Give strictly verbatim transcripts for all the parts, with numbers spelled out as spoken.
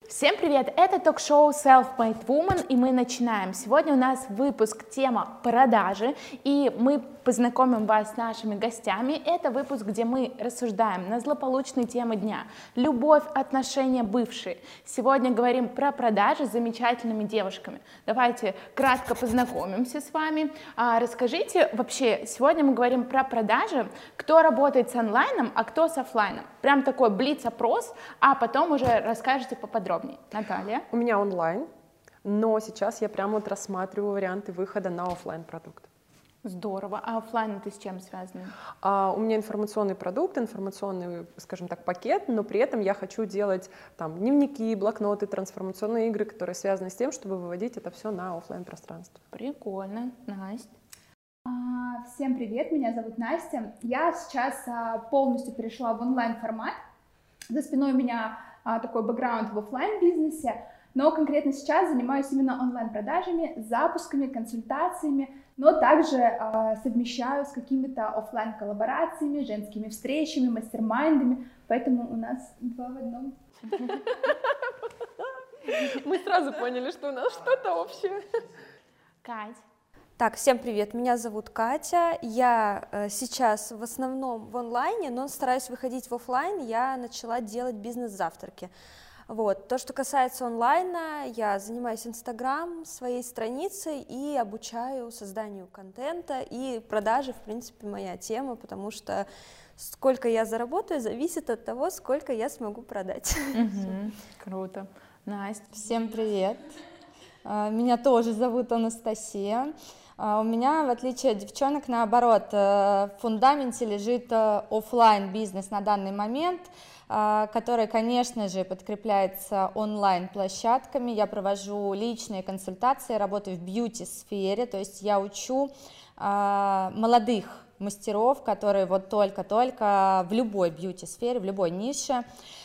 Всем привет! Это ток-шоу Self-Made Woman, и мы начинаем. Сегодня у нас выпуск тема продажи, и мы познакомим вас с нашими гостями. Это выпуск, где мы рассуждаем на злополучные темы дня. Любовь, отношения, бывшие. Сегодня говорим про продажи с замечательными девушками. Давайте кратко познакомимся с вами. А, расскажите, вообще, сегодня мы говорим про продажи, кто работает с онлайном, а кто с офлайном. Прям такой блиц-опрос, а потом уже расскажете поподробнее. Наталья? У меня онлайн, но сейчас я прямо вот рассматриваю варианты выхода на офлайн продукт. Здорово. А офлайн это с чем связано? А, у меня информационный продукт, информационный, скажем так, пакет, но при этом я хочу делать там дневники, блокноты, трансформационные игры, которые связаны с тем, чтобы выводить это все на офлайн пространство. Прикольно. Настя? Всем привет, меня зовут Настя. Я сейчас полностью перешла в онлайн формат. За спиной у меня такой бэкграунд в офлайн бизнесе, но конкретно сейчас занимаюсь именно онлайн-продажами, запусками, консультациями, но также э, совмещаю с какими-то офлайн коллаборациями, женскими встречами, мастер-майндами, поэтому у нас два в одном. Мы сразу поняли, что у нас что-то общее. Кать? Так, всем привет, меня зовут Катя, я э, сейчас в основном в онлайне, но стараюсь выходить в офлайн, я начала делать бизнес-завтраки. Вот. То, что касается онлайна, я занимаюсь Инстаграм, своей страницей и обучаю созданию контента, и продажи, в принципе, моя тема, потому что сколько я заработаю, зависит от того, сколько я смогу продать. Угу, круто. Настя? Всем привет, меня тоже зовут Анастасия. У меня, в отличие от девчонок, наоборот, в фундаменте лежит офлайн бизнес на данный момент, который, конечно же, подкрепляется онлайн-площадками. Я провожу личные консультации, работаю в бьюти-сфере, то есть я учу молодых мастеров, которые вот только-только в любой бьюти-сфере, в любой нише,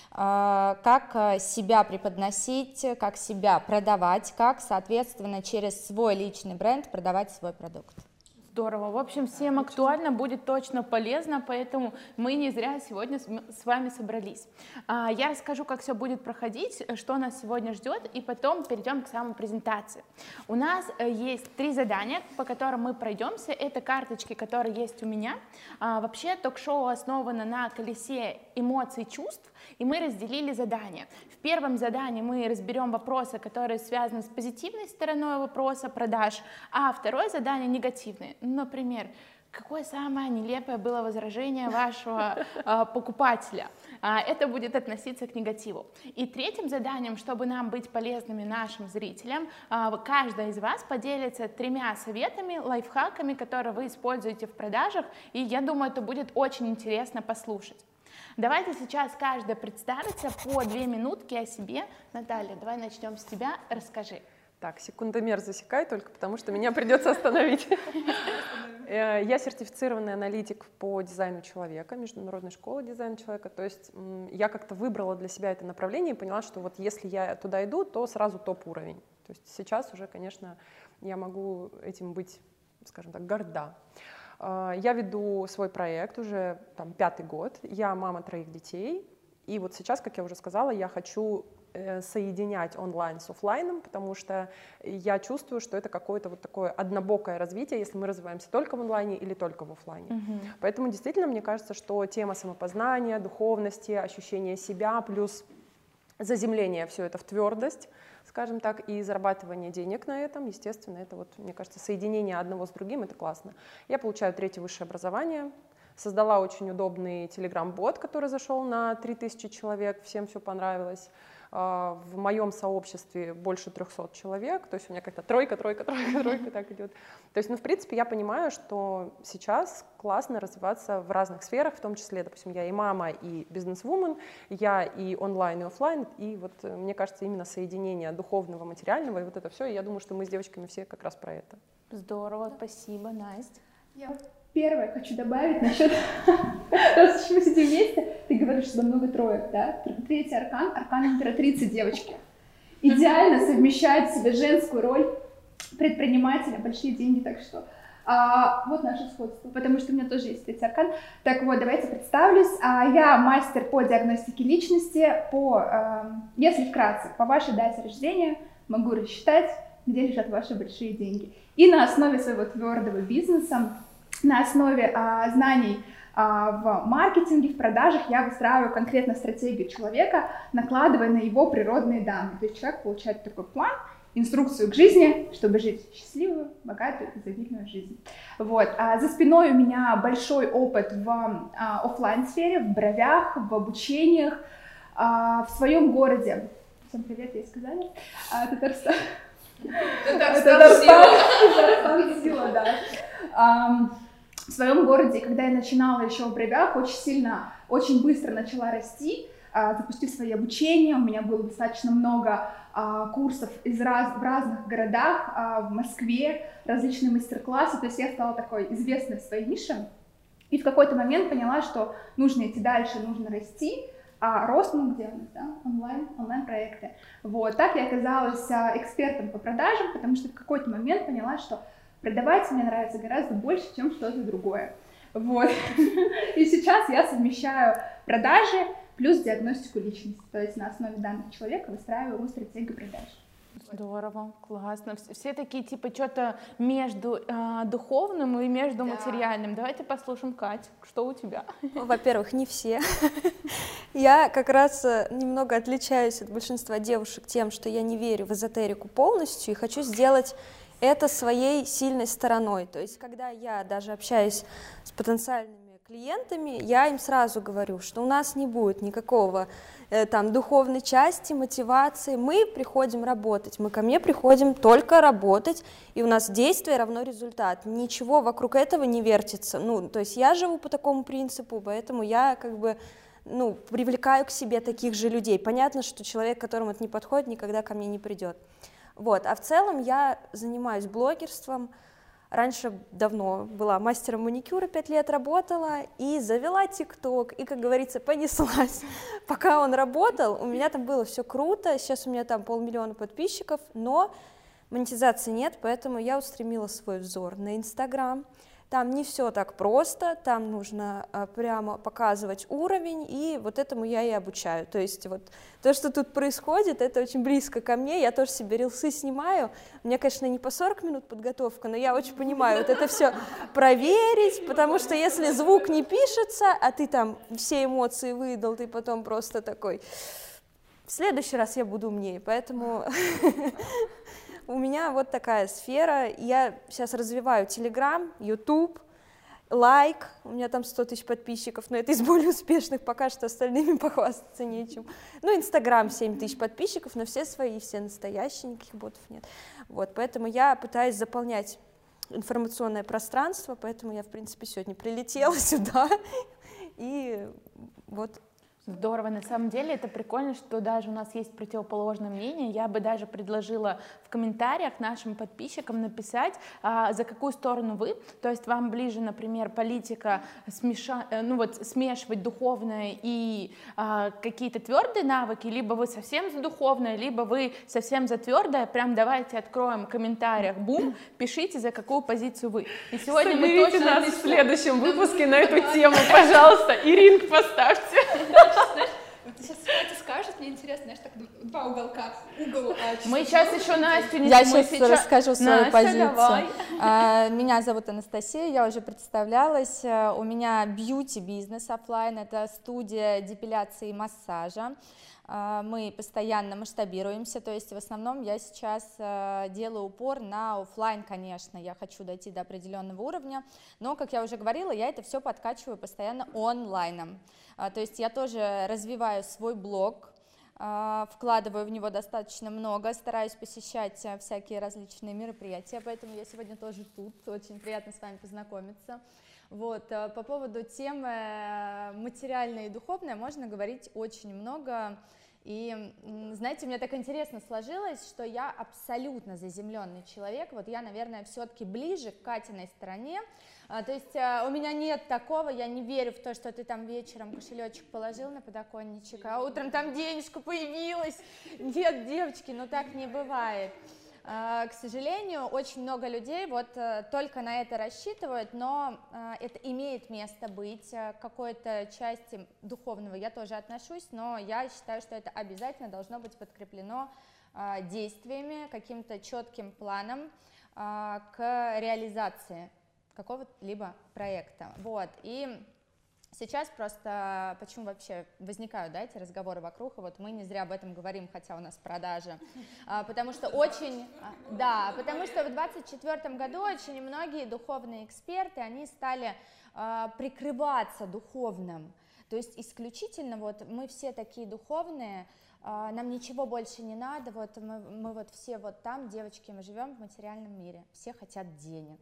как себя преподносить, как себя продавать, как, соответственно, через свой личный бренд продавать свой продукт. Здорово. В общем, всем актуально, будет точно полезно, поэтому мы не зря сегодня с вами собрались. Я расскажу, как все будет проходить, что нас сегодня ждет, и потом перейдем к самой презентации. У нас есть три задания, по которым мы пройдемся. Это карточки, которые есть у меня. Вообще, ток-шоу основано на колесе эмоций и чувств, и мы разделили задания. В первом задании мы разберем вопросы, которые связаны с позитивной стороной вопроса продаж, а второе задание негативное. Например, какое самое нелепое было возражение вашего э, покупателя? А, это будет относиться к негативу. И третьим заданием, чтобы нам быть полезными нашим зрителям, э, каждая из вас поделится тремя советами, лайфхаками, которые вы используете в продажах, и я думаю, это будет очень интересно послушать. Давайте сейчас каждая представится по две минутки о себе. Наталья, давай начнем с тебя, расскажи. Так, секундомер засекай только, потому что меня придется остановить. Я сертифицированный аналитик по дизайну человека, Международной школы дизайна человека. То есть я как-то выбрала для себя это направление и поняла, что вот если я туда иду, то сразу топ-уровень. То есть сейчас уже, конечно, я могу этим быть, скажем так, горда. Я веду свой проект уже там, пятый год. Я мама троих детей. И вот сейчас, как я уже сказала, я хочу соединять онлайн с офлайном, потому что я чувствую, что это какое-то вот такое однобокое развитие, если мы развиваемся только в онлайне или только в офлайне. Mm-hmm. Поэтому действительно мне кажется, что тема самопознания, духовности, ощущения себя, плюс заземление все это в твердость, скажем так, и зарабатывание денег на этом, естественно, это вот, мне кажется, соединение одного с другим, это классно. Я получаю третье высшее образование, создала очень удобный телеграм-бот, который зашел на три тысячи человек, всем все понравилось. В моем сообществе больше трехсот человек, то есть у меня как-то тройка, тройка, тройка, тройка так идет. То есть, ну, в принципе, я понимаю, что сейчас классно развиваться в разных сферах, в том числе, допустим, я и мама, и бизнес-вумен, я и онлайн, и офлайн, и вот, мне кажется, именно соединение духовного, материального, и вот это все, и я думаю, что мы с девочками все как раз про это. Здорово, спасибо, Настя. Я первое хочу добавить насчет того, что мы сидим вместе. Ты говоришь, что много троек, да? Третий аркан, аркан императрицы, девочки. Идеально совмещает в себе женскую роль предпринимателя, большие деньги, так что А, вот наше сходство, потому что у меня тоже есть третий аркан. Так вот, давайте представлюсь. А, я мастер по диагностике личности, по, а, если вкратце, по вашей дате рождения могу рассчитать, где лежат ваши большие деньги. И на основе своего твердого бизнеса, на основе а, знаний а, в маркетинге, в продажах я выстраиваю конкретно стратегию человека, накладывая на его природные данные. То есть человек получает такой план, инструкцию к жизни, чтобы жить счастливую, богатую, изобильную жизнь. Вот. А за спиной у меня большой опыт в а, офлайн-сфере, в бровях, в обучениях, а, в своем городе. Всем привет, я сказала. А, Татарстан. Татарстан сила, да. А, в своем городе, когда я начинала еще в бровях, очень сильно, очень быстро начала расти, а, запустив свои обучения. У меня было достаточно много а, курсов из раз, в разных городах, а, в Москве, различные мастер-классы. То есть я стала такой известной в своей нише. И в какой-то момент поняла, что нужно идти дальше, нужно расти. А рост, ну где у нас, да? Онлайн, онлайн-проекты. Вот. Так я оказалась а, экспертом по продажам, потому что в какой-то момент поняла, что продавать мне нравится гораздо больше, чем что-то другое. Вот. И сейчас я совмещаю продажи плюс диагностику личности. То есть на основе данных человека выстраиваю его стратегию продаж. Здорово, классно. Все такие типа что-то между э, духовным и между да. материальным. Давайте послушаем, Кать, что у тебя? Во-первых, не все. Я как раз немного отличаюсь от большинства девушек тем, что я не верю в эзотерику полностью и хочу сделать это своей сильной стороной. То есть, когда я даже общаюсь с потенциальными клиентами, я им сразу говорю, что у нас не будет никакого э, там духовной части, мотивации, мы приходим работать, мы ко мне приходим только работать, и у нас действие равно результат, ничего вокруг этого не вертится, ну, то есть я живу по такому принципу, поэтому я как бы, ну, привлекаю к себе таких же людей, понятно, что человек, которому это не подходит, никогда ко мне не придет, вот, а в целом я занимаюсь блогерством. Раньше давно была мастером маникюра, пять лет работала, и завела ТикТок, и, как говорится, понеслась. Пока он работал, у меня там было все круто, сейчас у меня там полмиллиона подписчиков, но монетизации нет, поэтому я устремила свой взор на Инстаграм. Там не все так просто, там нужно а, прямо показывать уровень, и вот этому я и обучаю. То есть вот то, что тут происходит, это очень близко ко мне, я тоже себе рилсы снимаю. У меня, конечно, не по сорок минут подготовка, но я очень понимаю вот это все проверить, потому что если звук не пишется, а ты там все эмоции выдал, ты потом просто такой, в следующий раз я буду умнее, поэтому... У меня вот такая сфера, я сейчас развиваю Telegram, YouTube, лайк, у меня там сто тысяч подписчиков, но это из более успешных, пока что остальными похвастаться нечем. Ну, Инстаграм семь тысяч подписчиков, но все свои, все настоящие, никаких ботов нет. Вот, поэтому я пытаюсь заполнять информационное пространство, поэтому я, в принципе, сегодня прилетела сюда, и вот... Здорово, на самом деле это прикольно, что даже у нас есть противоположное мнение. Я бы даже предложила в комментариях нашим подписчикам написать, а, за какую сторону вы, то есть вам ближе, например, политика, смеша... ну, вот, смешивать духовное и а, какие-то твердые навыки, либо вы совсем за духовное, либо вы совсем за твердое. Прям давайте откроем в комментариях, бум, пишите, за какую позицию вы. И сегодня Соберите мы точно нас в следующем выпуске на эту тему, пожалуйста, и ринг поставьте. Знаешь, вот сейчас Катя скажет, мне интересно, знаешь, так два уголка, угол. А, мы сейчас еще Настю не Я сейчас, сейчас расскажу свою Настя, позицию. Давай. А, меня зовут Анастасия, я уже представлялась. У меня бьюти-бизнес офлайн, это студия депиляции и массажа. Мы постоянно масштабируемся, то есть в основном я сейчас делаю упор на офлайн, конечно, я хочу дойти до определенного уровня, но, как я уже говорила, я это все подкачиваю постоянно онлайном, то есть я тоже развиваю свой блог, вкладываю в него достаточно много, стараюсь посещать всякие различные мероприятия, поэтому я сегодня тоже тут, очень приятно с вами познакомиться. Вот, по поводу темы материальная и духовная можно говорить очень много, и, знаете, мне так интересно сложилось, что я абсолютно заземленный человек, вот я, наверное, все-таки ближе к Катиной стороне, то есть у меня нет такого, я не верю в то, что ты там вечером кошелечек положил на подоконничек, а утром там денежка появилась, нет, девочки, ну так не бывает. К сожалению, очень много людей вот только на это рассчитывают, но это имеет место быть. К какой-то части духовного я тоже отношусь, но я считаю, что это обязательно должно быть подкреплено действиями, каким-то четким планом к реализации какого-либо проекта. Вот. И сейчас просто, почему вообще возникают, да, эти разговоры вокруг, и вот мы не зря об этом говорим, хотя у нас продажи, а, потому что очень, да, потому что в двадцать четвёртом году очень многие духовные эксперты, они стали а, прикрываться духовным, то есть исключительно вот мы все такие духовные, а, нам ничего больше не надо, вот мы, мы вот все вот там, девочки, мы живем в материальном мире, все хотят денег.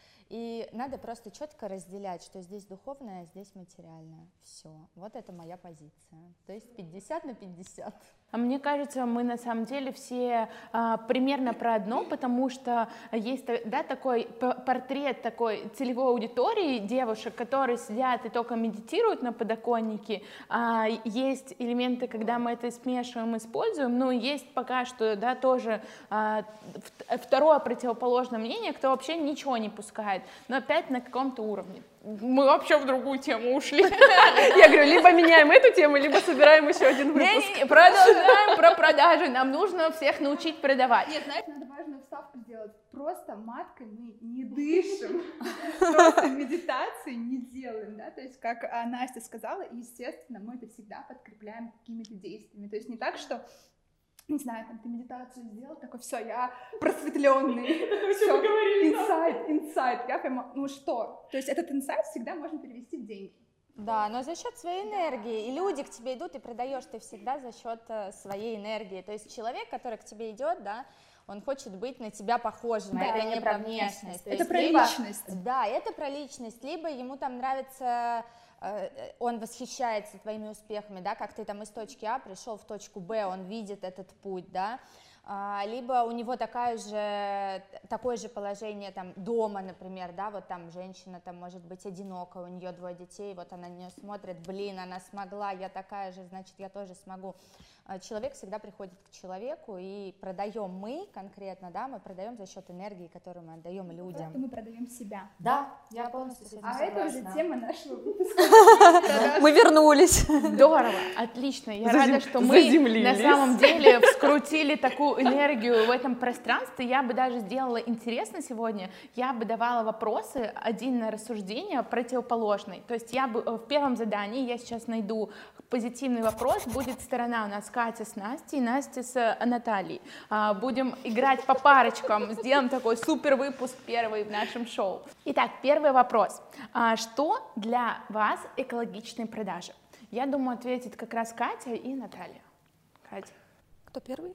И надо просто четко разделять, что здесь духовное, а здесь материальное. Все. Вот это моя позиция. То есть пятьдесят на пятьдесят. А мне кажется, мы на самом деле все а, примерно про одно, потому что есть, да, такой портрет такой целевой аудитории девушек, которые сидят и только медитируют на подоконнике. А, есть элементы, когда мы это смешиваем, используем, но есть пока что, да, тоже а, второе противоположное мнение, кто вообще ничего не пускает, но опять на каком-то уровне. Мы вообще в другую тему ушли. Я говорю, либо меняем эту тему, либо собираем еще один выпуск. Не-не-не, продолжаем про продажи. Нам нужно всех научить продавать. Нет, знаете, надо важную вставку сделать. Просто маткой мы не дышим, просто медитации не делаем, да, то есть, как Настя сказала, естественно, мы это всегда подкрепляем какими-то действиями. То есть не так, что не знаю, там ты медитацию сделал, такой, все, я просветленный, все, инсайт, инсайт, я прямо, ну что, то есть этот инсайт всегда можно перевести в деньги. Да, но за счет своей энергии, и люди к тебе идут, и продаешь ты всегда за счет своей энергии, то есть человек, который к тебе идет, да, он хочет быть на тебя похожим, да, это не про внешность. Это про либо, личность. Да, это про личность, либо ему там нравится... он восхищается твоими успехами, да, как ты там из точки А пришел в точку Б, он видит этот путь, да, либо у него такая же, такое же положение там дома, например, да, вот там женщина там может быть одинока, у нее двое детей, вот она на нее смотрит, блин, она смогла, я такая же, значит, я тоже смогу. Человек всегда приходит к человеку, и продаем мы конкретно, да, мы продаем за счет энергии, которую мы отдаем людям. Мы продаем себя. Да, я полностью с этим А согласна. это уже тема нашего выпуска. Мы вернулись. Здорово, отлично. Я рада, что мы на самом деле вскрутили такую энергию в этом пространстве. Я бы даже сделала интересно сегодня. Я бы давала вопросы, один на рассуждение, противоположный. То есть я бы в первом задании, я сейчас найду позитивный вопрос, будет сторона у нас Катя с Настей, Настя с Натальей. Будем играть по парочкам, сделаем такой супер выпуск первый в нашем шоу. Итак, первый вопрос. Что для вас экологичные продажи? Я думаю, ответит как раз Катя и Наталья. Катя. Кто первый?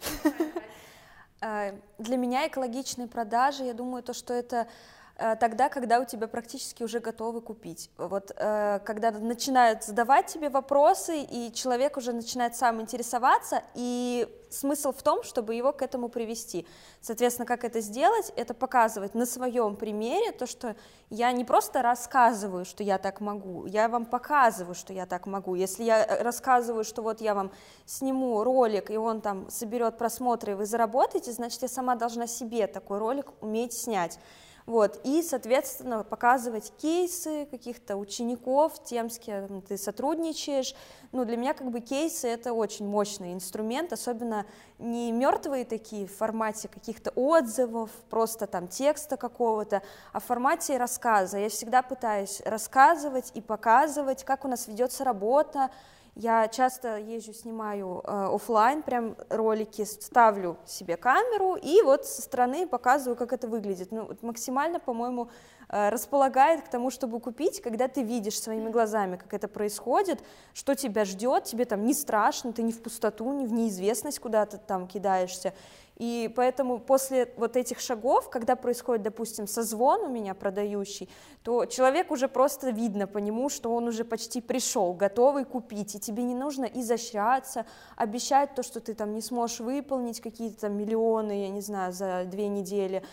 Для меня экологичные продажи, я думаю, то, что это тогда, когда у тебя практически уже готовы купить. Вот когда начинают задавать тебе вопросы, и человек уже начинает сам интересоваться, и смысл в том, чтобы его к этому привести. Соответственно, как это сделать? Это показывать на своем примере то, что я не просто рассказываю, что я так могу, я вам показываю, что я так могу. Если я рассказываю, что вот я вам сниму ролик, и он там соберет просмотры, и вы заработаете, значит, я сама должна себе такой ролик уметь снять. Вот, и, соответственно, показывать кейсы каких-то учеников, тем, с кем ты сотрудничаешь. Ну, для меня как бы кейсы — это очень мощный инструмент, особенно не мертвые такие в формате каких-то отзывов, просто там текста какого-то, а в формате рассказа. Я всегда пытаюсь рассказывать и показывать, как у нас ведется работа. Я часто езжу, снимаю э, офлайн, прям ролики, ставлю себе камеру и вот со стороны показываю, как это выглядит. Ну, вот максимально, по-моему, э, располагает к тому, чтобы купить, когда ты видишь своими глазами, как это происходит, что тебя ждет, тебе там не страшно, ты не в пустоту, не в неизвестность куда-то там кидаешься. И поэтому после вот этих шагов, когда происходит, допустим, созвон у меня продающий, то человек уже просто видно по нему, что он уже почти пришел, готовый купить, и тебе не нужно изощряться, обещать то, что ты там не сможешь выполнить какие-то там миллионы, я не знаю, за две недели.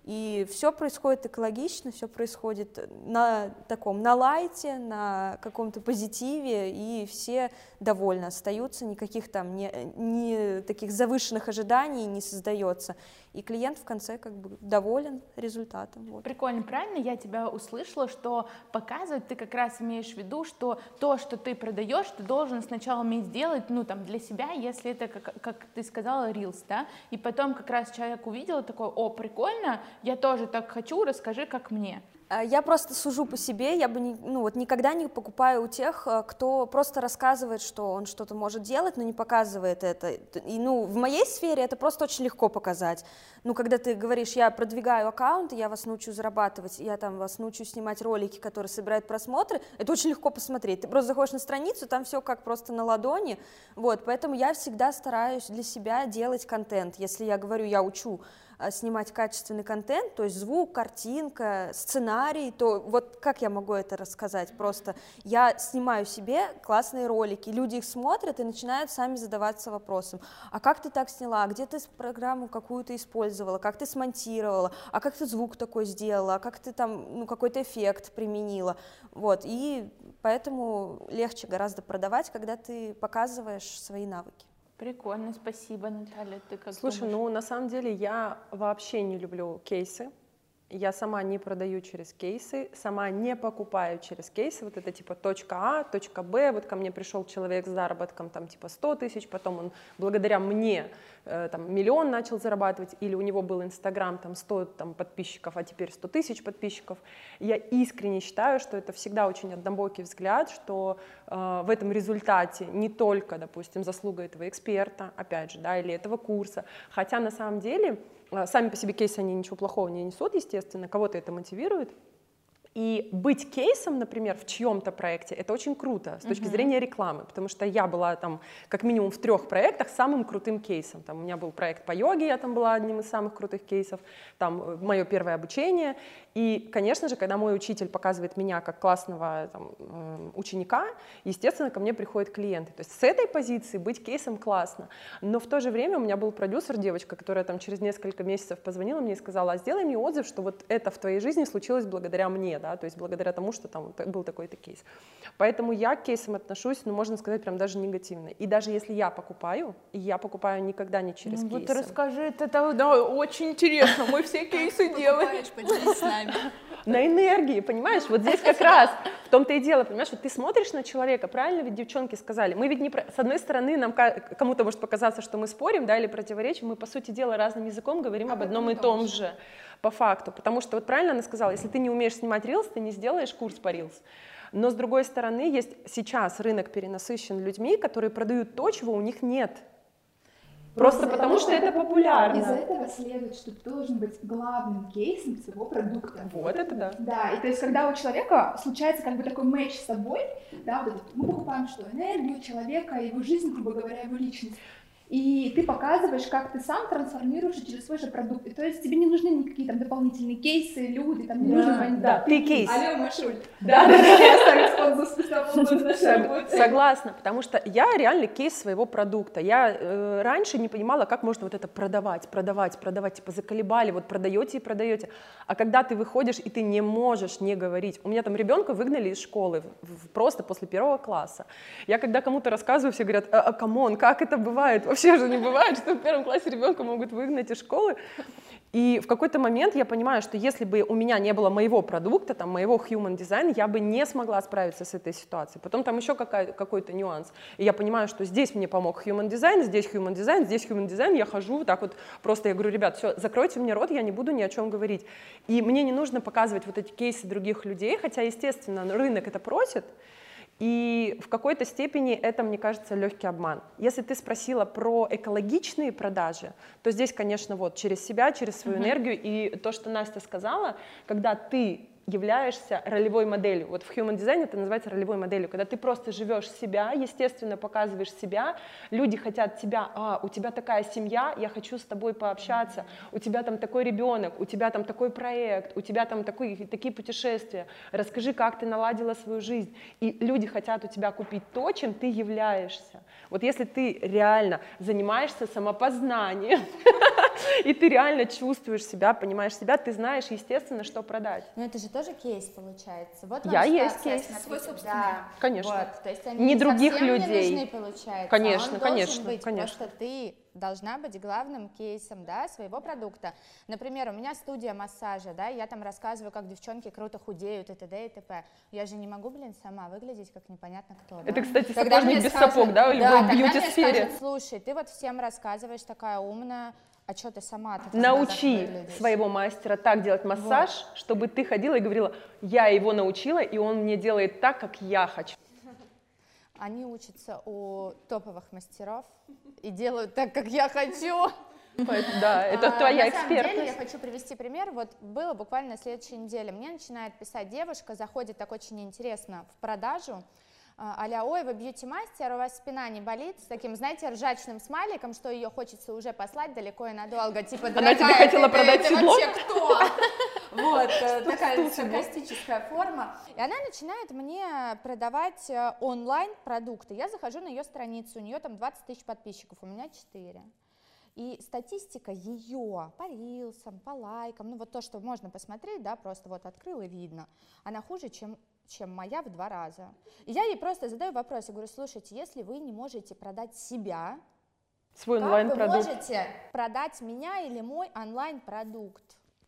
И все происходит экологично, все происходит на таком, на лайте, на каком-то позитиве, и все довольны остаются, никаких там не, не таких завышенных ожиданий не создается. И клиент в конце как бы доволен результатом. Вот. Прикольно, правильно я тебя услышала, что показывать ты как раз имеешь в виду, что то, что ты продаешь, ты должен сначала уметь сделать, ну, там, для себя, если это, как, как ты сказала, Reels, да, и потом как раз человек увидел такой: о, прикольно, я тоже так хочу, расскажи, как мне. Я просто сужу по себе, я бы не, ну, вот никогда не покупаю у тех, кто просто рассказывает, что он что-то может делать, но не показывает это. И, ну, в моей сфере это просто очень легко показать. Ну, когда ты говоришь: я продвигаю аккаунт, я вас научу зарабатывать, я там вас научу снимать ролики, которые собирают просмотры, это очень легко посмотреть. Ты просто заходишь на страницу, там все как просто на ладони. Вот, поэтому я всегда стараюсь для себя делать контент. Если я говорю, я учу снимать качественный контент, то есть звук, картинка, сценарий, то вот как я могу это рассказать? Просто я снимаю себе классные ролики, люди их смотрят и начинают сами задаваться вопросом: а как ты так сняла, а где ты программу какую-то использовала, как ты смонтировала, а как ты звук такой сделала, а как ты там, ну, какой-то эффект применила, вот, и поэтому легче гораздо продавать, когда ты показываешь свои навыки. Прикольно, спасибо, Наталья. Ты как Слушай, думаешь? ну на самом деле я вообще не люблю кейсы. Я сама не продаю через кейсы, сама не покупаю через кейсы. Вот это типа точка А, точка Б. Вот ко мне пришел человек с заработком там типа сто тысяч, потом он благодаря мне э, там миллион начал зарабатывать, или у него был Инстаграм там сто там, подписчиков, а теперь сто тысяч подписчиков. Я искренне считаю, что это всегда очень однобокий взгляд, что э, в этом результате не только, допустим, заслуга этого эксперта, опять же, да, или этого курса, хотя на самом деле сами по себе кейсы, они ничего плохого не несут, естественно, кого-то это мотивирует. И быть кейсом, например, в чьем-то проекте, это очень круто с точки uh-huh. зрения рекламы, потому что я была там как минимум в трех проектах самым крутым кейсом. Там у меня был проект по йоге, я там была одним из самых крутых кейсов, там мое первое обучение. И, конечно же, когда мой учитель показывает меня как классного там, ученика, естественно, ко мне приходят клиенты. То есть с этой позиции быть кейсом классно. Но в то же время у меня был продюсер, девочка, которая там через несколько месяцев позвонила мне и сказала: а сделай мне отзыв, что вот это в твоей жизни случилось благодаря мне, да, то есть благодаря тому, что там был такой-то кейс. Поэтому я к кейсам отношусь, ну, можно сказать, прям даже негативно. И даже если я покупаю, я покупаю никогда не через ну, кейсы. Вот расскажи, это да, очень интересно, мы все кейсы делаем. Поделись с нами. На энергии, понимаешь, вот здесь как раз в том-то и дело, понимаешь, вот ты смотришь на человека, правильно ведь девчонки сказали, мы ведь не, про... с одной стороны, нам кому-то может показаться, что мы спорим, да, или противоречим, мы, по сути дела, разным языком говорим об одном и том же, по факту, потому что, вот правильно она сказала, если ты не умеешь снимать рилс, ты не сделаешь курс по рилс. Но, с другой стороны, есть сейчас рынок перенасыщен людьми, которые продают то, чего у них нет. Просто Просто потому, что это популярно. Из этого следует, что ты должен быть главным кейсом своего продукта. Вот это да. Да, и то есть, когда у человека случается как бы такой матч с собой, да, вот это, мы покупаем что? Энергию человека, его жизнь, грубо говоря, его личность. И ты показываешь, как ты сам трансформируешь через свой же продукт. И то есть тебе не нужны никакие там дополнительные кейсы, люди, там не да, нужно понять. Да, ты кейс. Алло, Машуль. Да, да, да, согласна, потому что я реально кейс своего продукта. Я э, раньше не понимала, как можно вот это продавать, продавать, продавать, типа заколебали, вот продаете и продаете. А когда ты выходишь, и ты не можешь не говорить. У меня там ребенка выгнали из школы в, просто после первого класса. Я когда кому-то рассказываю, все говорят: а, а камон, как это бывает? Вообще же не бывает, что в первом классе ребенка могут выгнать из школы. И в какой-то момент я понимаю, что если бы у меня не было моего продукта, там, моего human design, я бы не смогла справиться с этой ситуацией. Потом там еще какой-то нюанс. И я понимаю, что здесь мне помог human design, здесь human design, здесь human design. Я хожу так вот просто, я говорю: ребят, все, закройте мне рот, я не буду ни о чем говорить. И мне не нужно показывать вот эти кейсы других людей, хотя, естественно, рынок это просит. И в какой-то степени это, мне кажется, легкий обман. Если ты спросила про экологичные продажи, то здесь, конечно, вот через себя, через свою uh-huh. энергию. И то, что Настя сказала, когда ты являешься ролевой моделью. Вот в human design это называется ролевой моделью, когда ты просто живешь себя, естественно, показываешь себя, люди хотят тебя: а, у тебя такая семья, я хочу с тобой пообщаться, у тебя там такой ребенок, у тебя там такой проект, у тебя там такой, такие путешествия, расскажи, как ты наладила свою жизнь. И люди хотят у тебя купить то, чем ты являешься. Вот если ты реально занимаешься самопознанием, и ты реально чувствуешь себя, понимаешь себя, ты знаешь, естественно, что продать. Но это же тоже кейс получается. Вот Я вам есть ситуация, кейс. смотрите, Свой собственный. да. Конечно. Вот, то есть они Не не других совсем людей. не нужны, получается. Конечно, Он конечно, должен быть, конечно. просто ты должна быть главным кейсом, да, своего продукта. Например, у меня студия массажа, да, я там рассказываю, как девчонки круто худеют и т.д. и т.п. Я же не могу, блин, сама выглядеть как непонятно кто. Это, да? кстати, Тогда сапожник мне без скажут- сапог, да, в да, любой тогда мне бьюти-сфере. скажут, слушай, ты вот всем рассказываешь, такая умная, а что ты сама-то тогда Научи так выглядишь? своего мастера так делать массаж, чтобы ты ходила и говорила, я его научила, и он мне делает так, как я хочу. Они учатся у топовых мастеров и делают так, как я хочу. Поэтому, да, это А, твоя на самом деле, я экспертность. хочу привести пример. Вот было буквально на следующей неделе. Мне начинает писать девушка, заходит так очень интересно в продажу, а, а-ля, ой, вы бьюти-мастер, у вас спина не болит, с таким, знаете, ржачным смайликом, что ее хочется уже послать далеко и надолго, типа, Она тебе «Дорогая, хотела ты- продать ты седло?» вообще кто? Вот, э, такая саркастическая форма. И она начинает мне продавать э, онлайн-продукты. Я захожу на ее страницу, у нее там двадцать тысяч подписчиков, у меня четыре. И статистика ее по рилсам, по лайкам, ну вот то, что можно посмотреть, да, просто вот открыл и видно, она хуже, чем, чем моя в два раза. И я ей просто задаю вопрос, я говорю, слушайте, если вы не можете продать себя, Свой как вы онлайн-продукт. можете продать меня или мой онлайн-продукт?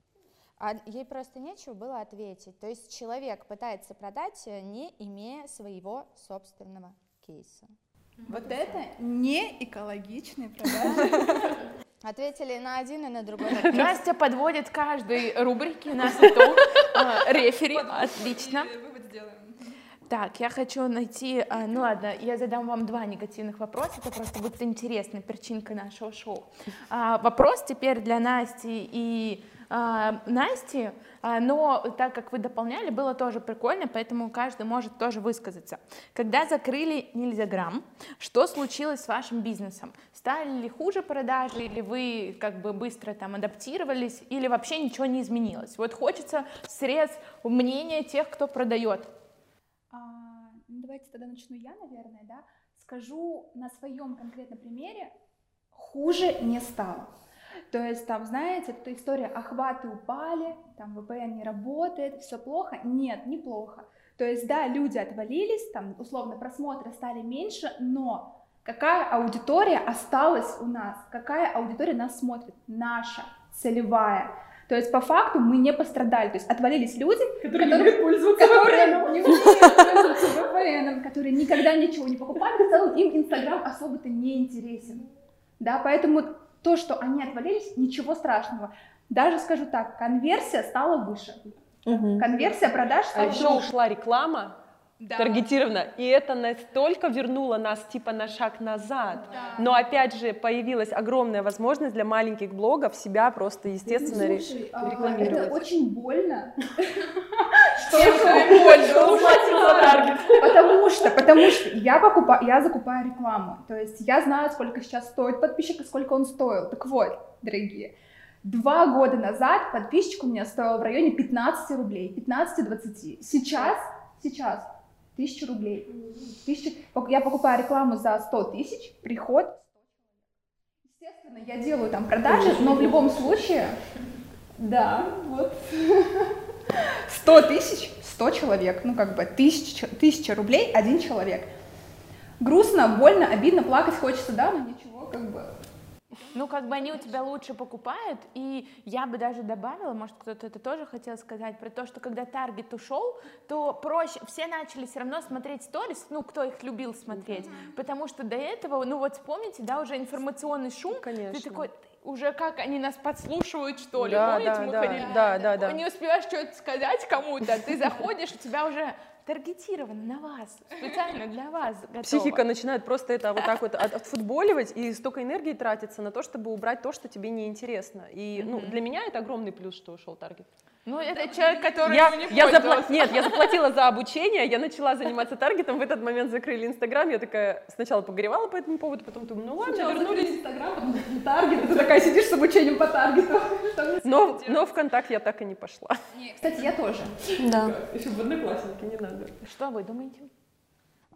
А ей просто нечего было ответить. То есть человек пытается продать, не имея своего собственного кейса. Вот это не экологичные продажи. Ответили на один и на другой. Настя подводит каждой рубрике нас итог. А, Рефери, отлично. Вывод сделаем. Так, я хочу найти, а, ну ладно, я задам вам два негативных вопроса, это просто будет интересная перчинка нашего шоу. А, вопрос теперь для Насти и а, Насти, а, но так как вы дополняли, было тоже прикольно, поэтому каждый может тоже высказаться. Когда закрыли Нельзяграм, что случилось с вашим бизнесом? Стали ли хуже продажи, или вы как бы быстро там адаптировались, или вообще ничего не изменилось? Вот хочется срез мнения тех, кто продает. А, ну, давайте тогда начну я, наверное, да. Скажу на своем конкретном примере, хуже не стало. То есть там, знаете, эта история, охваты упали, там вэ пэ эн не работает, все плохо. Нет, неплохо. То есть да, люди отвалились, там условно просмотры стали меньше, но какая аудитория осталась у нас? Какая аудитория нас смотрит? Наша, целевая. То есть по факту мы не пострадали, то есть отвалились люди, которые, которые не пользуются которые не умеют пользоваться вэ пэ эн, которые никогда ничего не покупали, в целом им Инстаграм особо-то не интересен. Да, поэтому то, что они отвалились, ничего страшного. Даже скажу так, конверсия стала выше. Мгм. Конверсия продаж А стала еще выше. ушла реклама Да. таргетированно, и это настолько вернуло нас типа на шаг назад. Да. Но опять же появилась огромная возможность для маленьких блогов себя просто естественно Ну, ре- слушай, а, рекламировать. это очень больно. Потому что, потому что я покупаю, я закупаю рекламу. То есть я знаю, сколько сейчас стоит подписчик и сколько он стоил. Так вот, дорогие, два года назад подписчик у меня стоил в районе пятнадцати рублей, пятнадцати-двадцати. Сейчас, сейчас тысяча рублей. Тысяча, я покупаю рекламу за сто тысяч, приход. Естественно, я делаю там продажи, но в любом случае, да, вот. сто тысяч, сто человек, ну как бы тысяча, тысяча рублей, один человек. Грустно, больно, обидно, плакать хочется, да, но ничего, как бы. Ну, как бы они у тебя лучше покупают, и я бы даже добавила, может, кто-то это тоже хотел сказать, про то, что когда таргет ушел, то проще, все начали все равно смотреть сторис, ну, кто их любил смотреть, mm-hmm. потому что до этого, ну, вот вспомните, да, уже информационный шум, Конечно. ты такой, уже как они нас подслушивают, что ли, Да, помните, да, мы да, ходили, да, да, да. не успеваешь что-то сказать кому-то, ты заходишь, у тебя уже таргетировано на вас, специально для вас готово. Психика начинает просто это вот так вот от- отфутболивать, и столько энергии тратится на то, чтобы убрать то, что тебе неинтересно. И ну, для меня это огромный плюс, что ушел таргет. Ну, это человек, который Я, не я запла- пользовался. Нет, я заплатила за обучение, я начала заниматься таргетом, в этот момент закрыли Инстаграм, я такая сначала погоревала по этому поводу, потом думаю, ну ладно, вернулись. Инстаграм, потом таргет, ты такая сидишь с обучением по таргету. Но, но ВКонтакте я так и не пошла. Кстати, я тоже. Да. Еще в одноклассники не надо. Что вы думаете?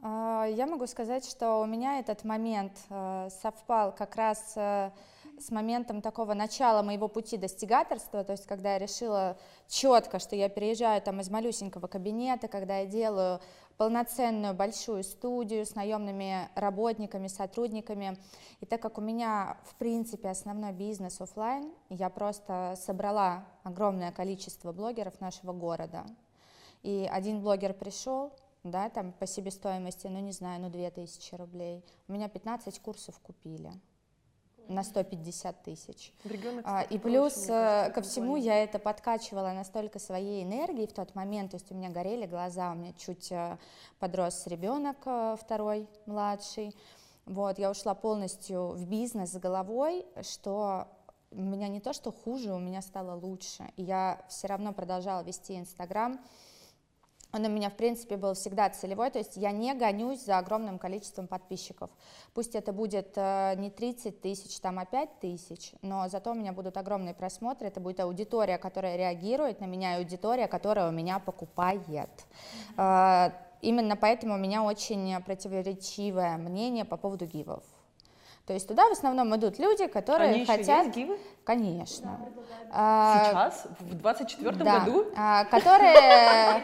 Я могу сказать, что у меня этот момент совпал как раз с моментом такого начала моего пути достигаторства, то есть когда я решила четко, что я переезжаю там из малюсенького кабинета, когда я делаю полноценную большую студию с наемными работниками, сотрудниками. И так как у меня, в принципе, основной бизнес офлайн, я просто собрала огромное количество блогеров нашего города. И один блогер пришел, да, там по себестоимости, ну не знаю, ну две тысячи рублей. У меня пятнадцать курсов купили на сто пятьдесят тысяч. А, и плюс проще, кажется, ко всему плане. Я это подкачивала настолько своей энергией в тот момент, то есть у меня горели глаза, у меня чуть подрос ребенок второй, младший. Вот, я ушла полностью в бизнес с головой, что у меня не то, что хуже, у меня стало лучше. И я все равно продолжала вести Инстаграм. Он у меня, в принципе, был всегда целевой, то есть я не гонюсь за огромным количеством подписчиков. Пусть это будет не тридцать тысяч, там, а пять тысяч, но зато у меня будут огромные просмотры, это будет аудитория, которая реагирует на меня, и аудитория, которая у меня покупает. Mm-hmm. Именно поэтому у меня очень противоречивое мнение по поводу гивов. То есть туда в основном идут люди, которые Они хотят... еще есть гивы? Конечно. Да, сейчас? В двадцать четвёртом да. году? А, которые...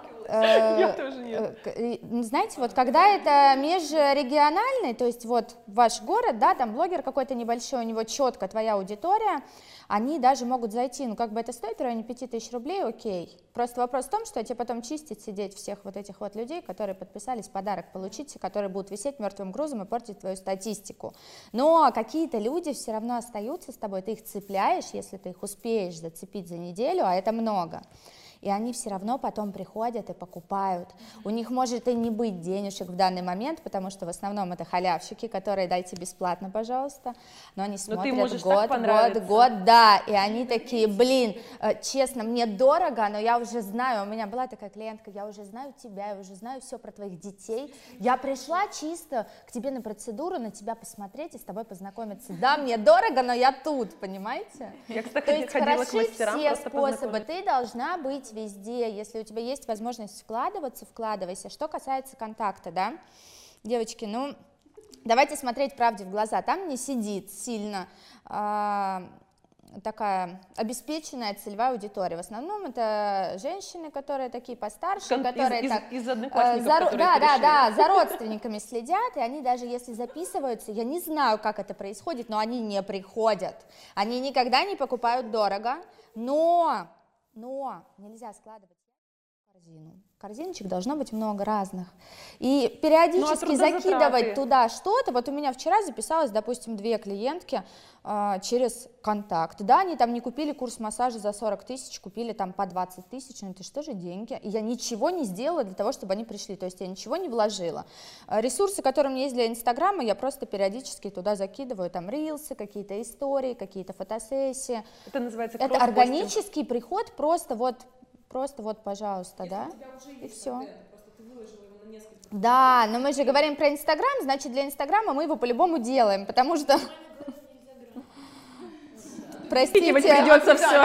Я тоже нет. Знаете, вот когда это межрегиональный, то есть вот ваш город, да, там блогер какой-то небольшой, у него четко твоя аудитория, они даже могут зайти, ну как бы это стоит в районе пяти тысяч рублей, окей. Просто вопрос в том, что тебе потом чистить, сидеть всех вот этих вот людей, которые подписались, подарок получить, которые будут висеть мертвым грузом и портить твою статистику. Но какие-то люди все равно остаются с тобой, ты их цепляешь, если ты их успеешь зацепить за неделю, а это много. И они все равно потом приходят и покупают. У них может и не быть денежек в данный момент, потому что в основном это халявщики, которые дайте бесплатно, пожалуйста, но они смотрят но ты год, год, год, да, и они такие, блин, честно, мне дорого, но я уже знаю, у меня была такая клиентка, я уже знаю тебя, я уже знаю все про твоих детей, я пришла чисто к тебе на процедуру, на тебя посмотреть и с тобой познакомиться. Да, мне дорого, но я тут, понимаете? Я, кстати, То есть ходила хороши к мастерам, все просто способы, ты должна быть везде, если у тебя есть возможность вкладываться, вкладывайся. Что касается контакта, да, девочки, ну, давайте смотреть правде в глаза, там не сидит сильно а, такая обеспеченная целевая аудитория, в основном это женщины, которые такие постарше, Кон- которые из, так, из, из одноклассников, за, которые да, да, перешли. да, за родственниками следят, и они даже если записываются, я не знаю, как это происходит, но они не приходят, они никогда не покупают дорого, но... Но нельзя складывать в корзину. Корзиночек должно быть много разных. И периодически ну, а закидывать туда что-то. Вот у меня вчера записалось, допустим, две клиентки э, через контакт. Да, они там не купили курс массажа за сорок тысяч, купили там по двадцать тысяч. Ну это что же деньги? И я ничего не сделала для того, чтобы они пришли. То есть я ничего не вложила. Ресурсы, которые у меня есть для Инстаграма, я просто периодически туда закидываю. Там рилсы, какие-то истории, какие-то фотосессии. Это называется Это органический приход, просто вот... Просто вот, пожалуйста, если да, и все. Да, но мы же говорим про Инстаграм, значит, для Инстаграма мы его по-любому делаем, потому что... Простите, придется все.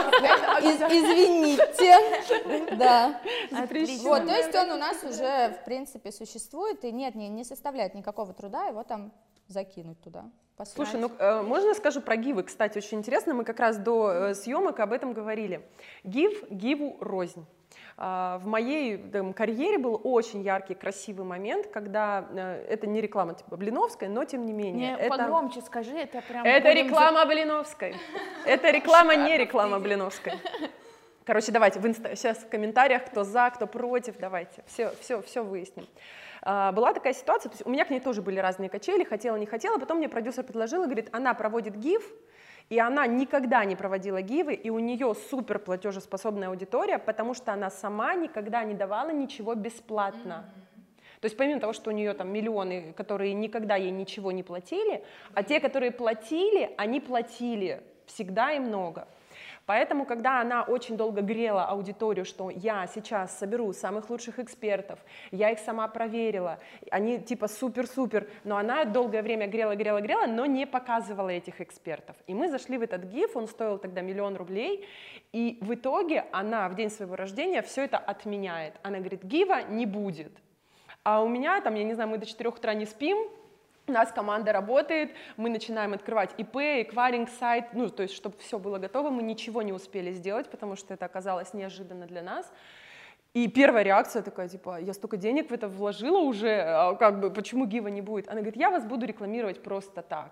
Извините. Да. Вот, то есть он у нас уже, в принципе, существует, и нет, не, не составляет никакого труда его там закинуть туда. Послать. Слушай, ну э, можно я скажу про гивы? Кстати, очень интересно, мы как раз до э, съемок об этом говорили. Гив, гиву рознь. Э, в моей там, карьере был очень яркий, красивый момент, когда э, это не реклама типа Блиновской, но тем не менее. Не, это, погромче скажи, это прям... Это реклама Блиновской. Это реклама, не реклама Блиновской. Короче, давайте в инста... сейчас в комментариях, кто за, кто против, давайте, все, все, все выясним. Uh, была такая ситуация, то есть у меня к ней тоже были разные качели, хотела, не хотела, потом мне продюсер предложил и говорит, она проводит гив, и она никогда не проводила гивы, и у нее супер платежеспособная аудитория, потому что она сама никогда не давала ничего бесплатно. Mm-hmm. То есть помимо того, что у нее там миллионы, которые никогда ей ничего не платили, mm-hmm. а те, которые платили, они платили всегда и много. Поэтому, когда она очень долго грела аудиторию, что я сейчас соберу самых лучших экспертов, я их сама проверила, они типа супер-супер, но она долгое время грела, грела, грела, но не показывала этих экспертов. И мы зашли в этот гиф, он стоил тогда миллион рублей, и в итоге она в день своего рождения все это отменяет. Она говорит, гива не будет. А у меня там, я не знаю, мы до четырёх утра не спим, у нас команда работает, мы начинаем открывать ИП, эквайринг сайт, ну, то есть, чтобы все было готово, мы ничего не успели сделать, потому что это оказалось неожиданно для нас. И первая реакция такая, типа, я столько денег в это вложила уже, а как бы, почему гива не будет? Она говорит, я вас буду рекламировать просто так.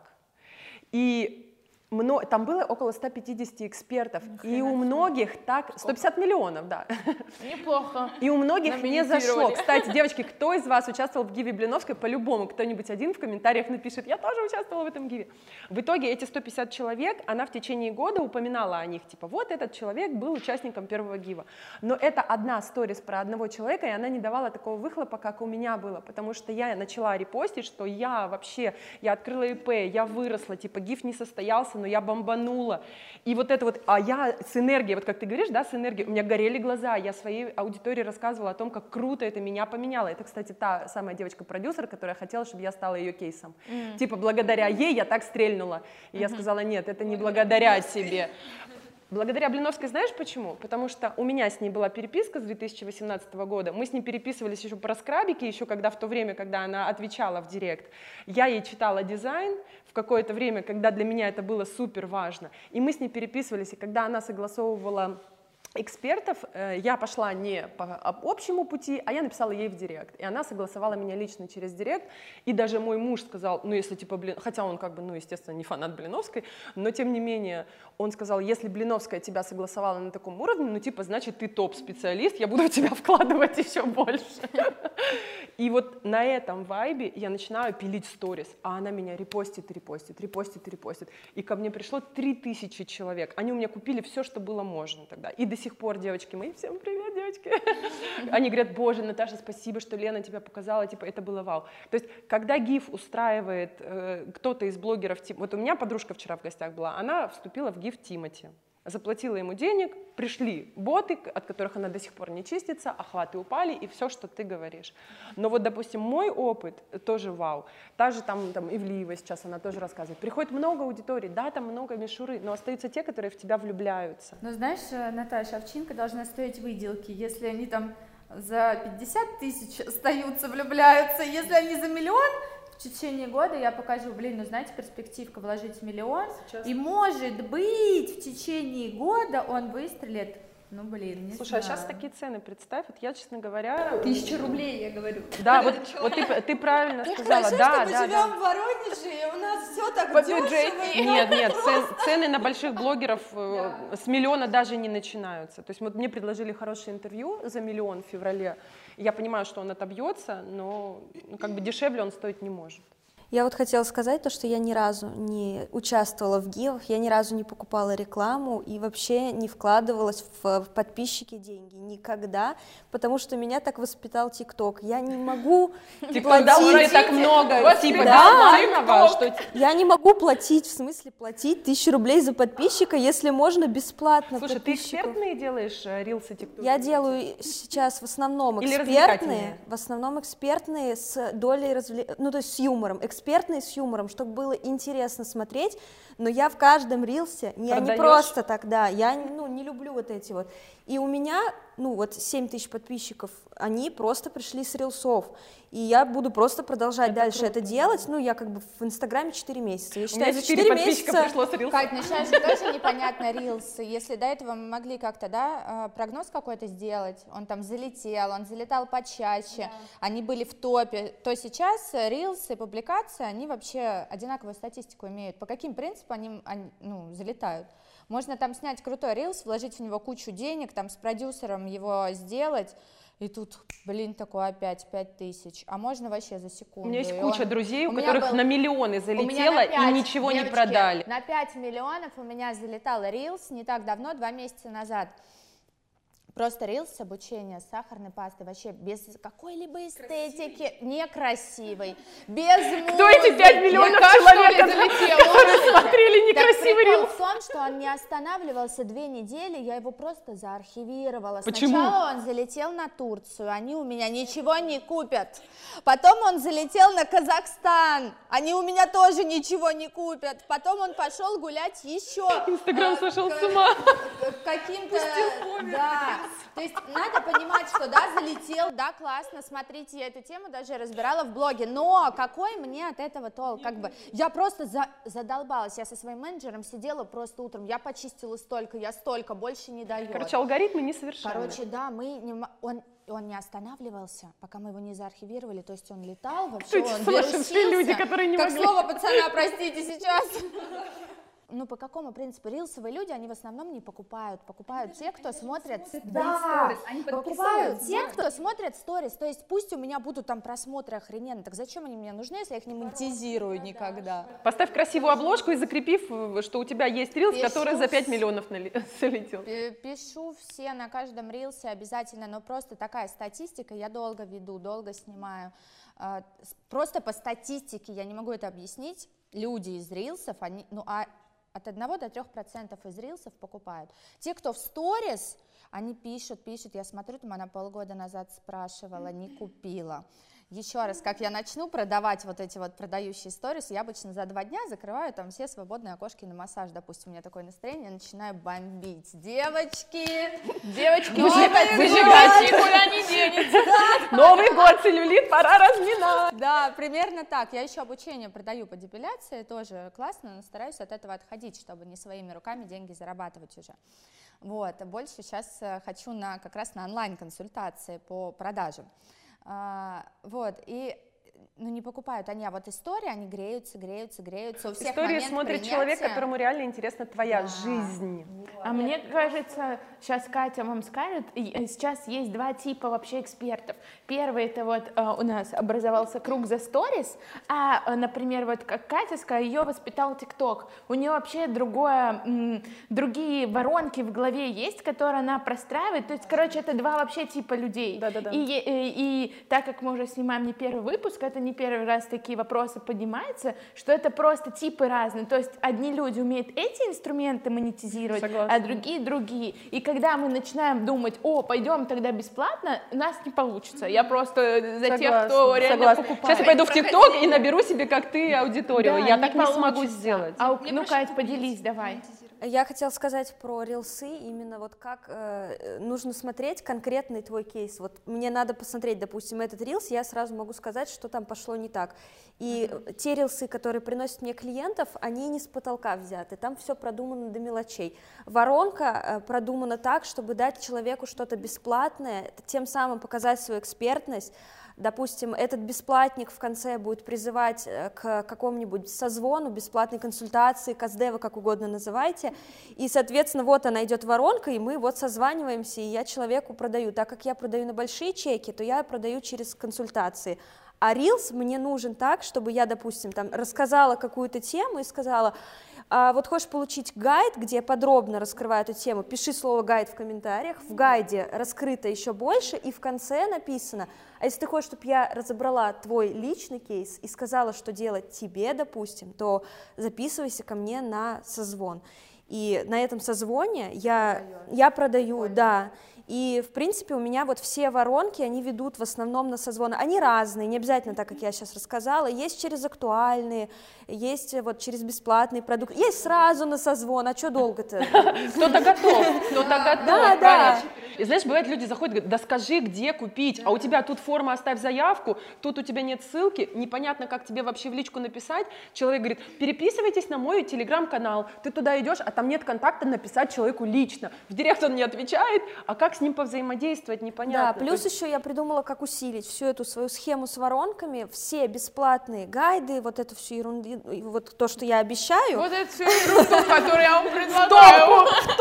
И Мно, там было около ста пятидесяти экспертов, и у многих так... сто пятьдесят миллионов, да. Неплохо. И у многих не зашло. Кстати, девочки, кто из вас участвовал в гиве Блиновской, по-любому кто-нибудь один в комментариях напишет, я тоже участвовала в этом гиве. В итоге эти сто пятьдесят человек, она в течение года упоминала о них, типа, вот этот человек был участником первого гива. Но это одна сторис про одного человека, и она не давала такого выхлопа, как у меня было, потому что я начала репостить, что я вообще, я открыла ИП, я выросла, типа, гив не состоялся, но я бомбанула. И вот это вот, а я с энергией, вот как ты говоришь, да, с энергией, у меня горели глаза, я своей аудитории рассказывала о том, как круто это меня поменяло. Это, кстати, та самая девочка-продюсер, которая хотела, чтобы я стала ее кейсом. Mm. Типа, благодаря ей я так стрельнула. И mm-hmm. я сказала, нет, это не благодаря тебе. Благодаря Блиновской, знаешь почему? Потому что у меня с ней была переписка с две тысячи восемнадцатого года, мы с ней переписывались еще про скрабики, еще когда в то время, когда она отвечала в директ, я ей читала дизайн в какое-то время, когда для меня это было супер важно, и мы с ней переписывались, и когда она согласовывала экспертов, я пошла не по общему пути, а я написала ей в директ, и она согласовала меня лично через директ, и даже мой муж сказал, ну если типа, Блин... хотя он как бы, ну естественно, не фанат Блиновской, но тем не менее, он сказал, если Блиновская тебя согласовала на таком уровне, ну типа, значит ты топ-специалист, я буду в тебя вкладывать еще больше. И вот на этом вайбе я начинаю пилить сторис, а она меня репостит, репостит, репостит, репостит, и ко мне пришло три тысячи человек, они у меня купили все, что было можно тогда, и до сих пор, девочки мои, всем привет, девочки, они говорят, боже, Наташа, спасибо, что Лена тебя показала, типа, это было вау. То есть, когда гиф устраивает э, кто-то из блогеров, вот у меня подружка вчера в гостях была, она вступила в гиф Тимати, заплатила ему денег, пришли боты, от которых она до сих пор не чистится, охваты упали и все, что ты говоришь. Но вот, допустим, мой опыт тоже вау. Та же там, там Ивлиева сейчас, она тоже рассказывает. Приходит много аудиторий, да, там много мишуры, но остаются те, которые в тебя влюбляются. Ну, знаешь, Наташа, овчинка должна стоить выделки, если они там за пятьдесят тысяч остаются, влюбляются, если они за миллион, в течение года я покажу, блин, ну знаете, перспективка вложить миллион, сейчас. И может быть в течение года он выстрелит, ну блин, не Слушай, знаю. а сейчас такие цены, представь, вот я, честно говоря... Тысяча рублей, я говорю. Да, вот, вот ты, ты правильно Как сказала, хорошо, да, что мы да, живем да. в Воронеже, и у нас все так По дешево. бюджетнее. Нет, нет, цен, цены на больших блогеров э, с миллиона даже не начинаются. То есть вот мне предложили хорошее интервью за миллион в феврале, и я понимаю, что он отобьется, но ну, как бы дешевле он стоить не может. Я вот хотела сказать то, что я ни разу не участвовала в гивах, я ни разу не покупала рекламу и вообще не вкладывалась в, в подписчики деньги никогда, потому что меня так воспитал ТикТок. Я не могу платить так много, типа, да, что я не могу платить, в смысле платить тысячу рублей за подписчика, если можно бесплатно. Слушай, ты экспертные делаешь рилсы ТикТок? Я делаю сейчас в основном Или экспертные, в основном экспертные с долей развлечения, ну то есть с юмором. Экспертные с юмором, чтобы было интересно смотреть, но я в каждом рилсе, я не просто так, да, я ну, не люблю вот эти вот. И у меня, ну вот семь тысяч подписчиков, они просто пришли с рилсов, и я буду просто продолжать это дальше круто. Это делать, ну я как бы в Инстаграме четыре месяца, я считаю, за четыре месяца... пришло с рилсов. Кать, ну сейчас же тоже непонятно рилсы, если до этого мы могли как-то, да, прогноз какой-то сделать, он там залетел, он залетал почаще, да. Они были в топе, то сейчас рилсы, публикации, они вообще одинаковую статистику имеют. По каким принципам они, они ну, залетают? Можно там снять крутой рилс, вложить в него кучу денег, там с продюсером его сделать, и тут, блин, такой опять пять тысяч, а можно вообще за секунду. У меня есть и куча он... друзей, у, у которых был... на миллионы залетело на пять, и ничего девочки, не продали. На пять миллионов у меня залетал рилс не так давно, два месяца назад. Просто рилс обучение с сахарной пастой, вообще без какой-либо эстетики, красивый. Некрасивый, без музыки. Кто эти пять миллионов человек, которые смотрели некрасивый рилс? В том, что он не останавливался две недели, я его просто заархивировала. Почему? Сначала он залетел на Турцию, они у меня ничего не купят. Потом он залетел на Казахстан, они у меня тоже ничего не купят. Потом он пошел гулять еще. Инстаграм сошел с ума. Каким-то, да. То есть надо понимать, что да, залетел, да, классно, смотрите, я эту тему даже разбирала в блоге, но какой мне от этого толк, как бы, я просто за, задолбалась, я со своим менеджером сидела просто утром, я почистила столько, я столько, больше не даю. Короче, алгоритмы несовершенны. Короче, да, мы не, он, он не останавливался, пока мы его не заархивировали, то есть он летал, вообще он сумасшедшие люди, которые не как могли. слово пацана, простите, сейчас. Ну, по какому принципу? Рилсовые люди, они в основном не покупают. Покупают те, кто смотрят... Да, они покупают те, кто смотрят сторис. То есть пусть у меня будут там просмотры охрененно. Так зачем они мне нужны, если я их не монетизирую никогда? Поставь красивую обложку и закрепив, что у тебя есть рилс, Пишу который за пять миллионов залетел. Пишу все на каждом рилсе обязательно, но просто такая статистика, я долго веду, долго снимаю. Просто по статистике, я не могу это объяснить, люди из рилсов, они, ну а от одного до трёх процентов из рилсов покупают. Те, кто в сторис, они пишут, пишут, я смотрю, там она полгода назад спрашивала, не купила. Еще раз, как я начну продавать вот эти вот продающие сторис, я обычно за два дня закрываю там все свободные окошки на массаж, допустим, у меня такое настроение, начинаю бомбить. Девочки, девочки, выжигать, никуда не денется. Новый год, целлюлит, пора разминать. Да, примерно так. Я еще обучение продаю по депиляции, тоже классно, но стараюсь от этого отходить, чтобы не своими руками деньги зарабатывать уже. Вот, больше сейчас хочу на, как раз на онлайн-консультации по продажам. А, вот, и ну, не покупают они, а вот истории, они греются, греются, греются. У всех Историю смотрит принятия. человек, которому реально интересна твоя Да. жизнь. А мне кажется, сейчас Катя вам скажет, сейчас есть два типа вообще экспертов. Первый, это вот э, у нас образовался круг за сторис, а, э, например, вот как Катя сказала, ее воспитал ТикТок. У нее вообще другое, м, другие воронки в голове есть, которые она простраивает. То есть, короче, это два вообще типа людей. Да-да-да. И, и, и так как мы уже снимаем не первый выпуск, это не первый раз такие вопросы поднимаются, что это просто типы разные. То есть одни люди умеют эти инструменты монетизировать, Согласна. а другие другие. И когда мы начинаем думать, о, пойдем тогда бесплатно, у нас не получится. Я просто за тех, кто реально согласна. покупает. Сейчас я пойду в ТикТок и наберу себе, как ты, аудиторию. Да, я не так не смогу получится. сделать. А, у- ну, Кать, поделись, давай. Я хотела сказать про рилсы, именно вот как э, нужно смотреть конкретный твой кейс. Вот мне надо посмотреть, допустим, этот рилс, я сразу могу сказать, что там пошло не так. И mm-hmm. те рилсы, которые приносят мне клиентов, они не с потолка взяты, там все продумано до мелочей. Воронка э, продумана так, чтобы дать человеку что-то бесплатное, тем самым показать свою экспертность. Допустим, этот бесплатник в конце будет призывать к какому-нибудь созвону, бесплатной консультации, каздева, как угодно называйте, и, соответственно, вот она идет воронка, и мы вот созваниваемся, и я человеку продаю. Так как я продаю на большие чеки, то я продаю через консультации. А Reels мне нужен так, чтобы я, допустим, там рассказала какую-то тему и сказала: а вот хочешь получить гайд, где я подробно раскрываю эту тему, пиши слово гайд в комментариях, в гайде раскрыто еще больше, и в конце написано: а если ты хочешь, чтобы я разобрала твой личный кейс и сказала, что делать тебе, допустим, то записывайся ко мне на созвон. И на этом созвоне я, я продаю, да. И, в принципе, у меня вот все воронки, они ведут в основном на созвоны. Они разные, не обязательно так, как я сейчас рассказала. Есть через актуальные, есть вот через бесплатные продукты, есть сразу на созвон, а что долго-то? Кто-то готов, кто-то готов. Да, да. И знаешь, бывает, люди заходят, говорят: да скажи, где купить, а у тебя тут форма, оставь заявку, тут у тебя нет ссылки, непонятно, как тебе вообще в личку написать. Человек говорит: переписывайтесь на мой телеграм-канал, ты туда идешь, а там нет контакта написать человеку лично. В директ он не отвечает, а как с ним повзаимодействовать, непонятно. Да, плюс еще я придумала, как усилить всю эту свою схему с воронками, все бесплатные гайды, вот эту всю ерунду, вот то, что я обещаю. Вот эту всю ерунду, которую я вам предлагаю.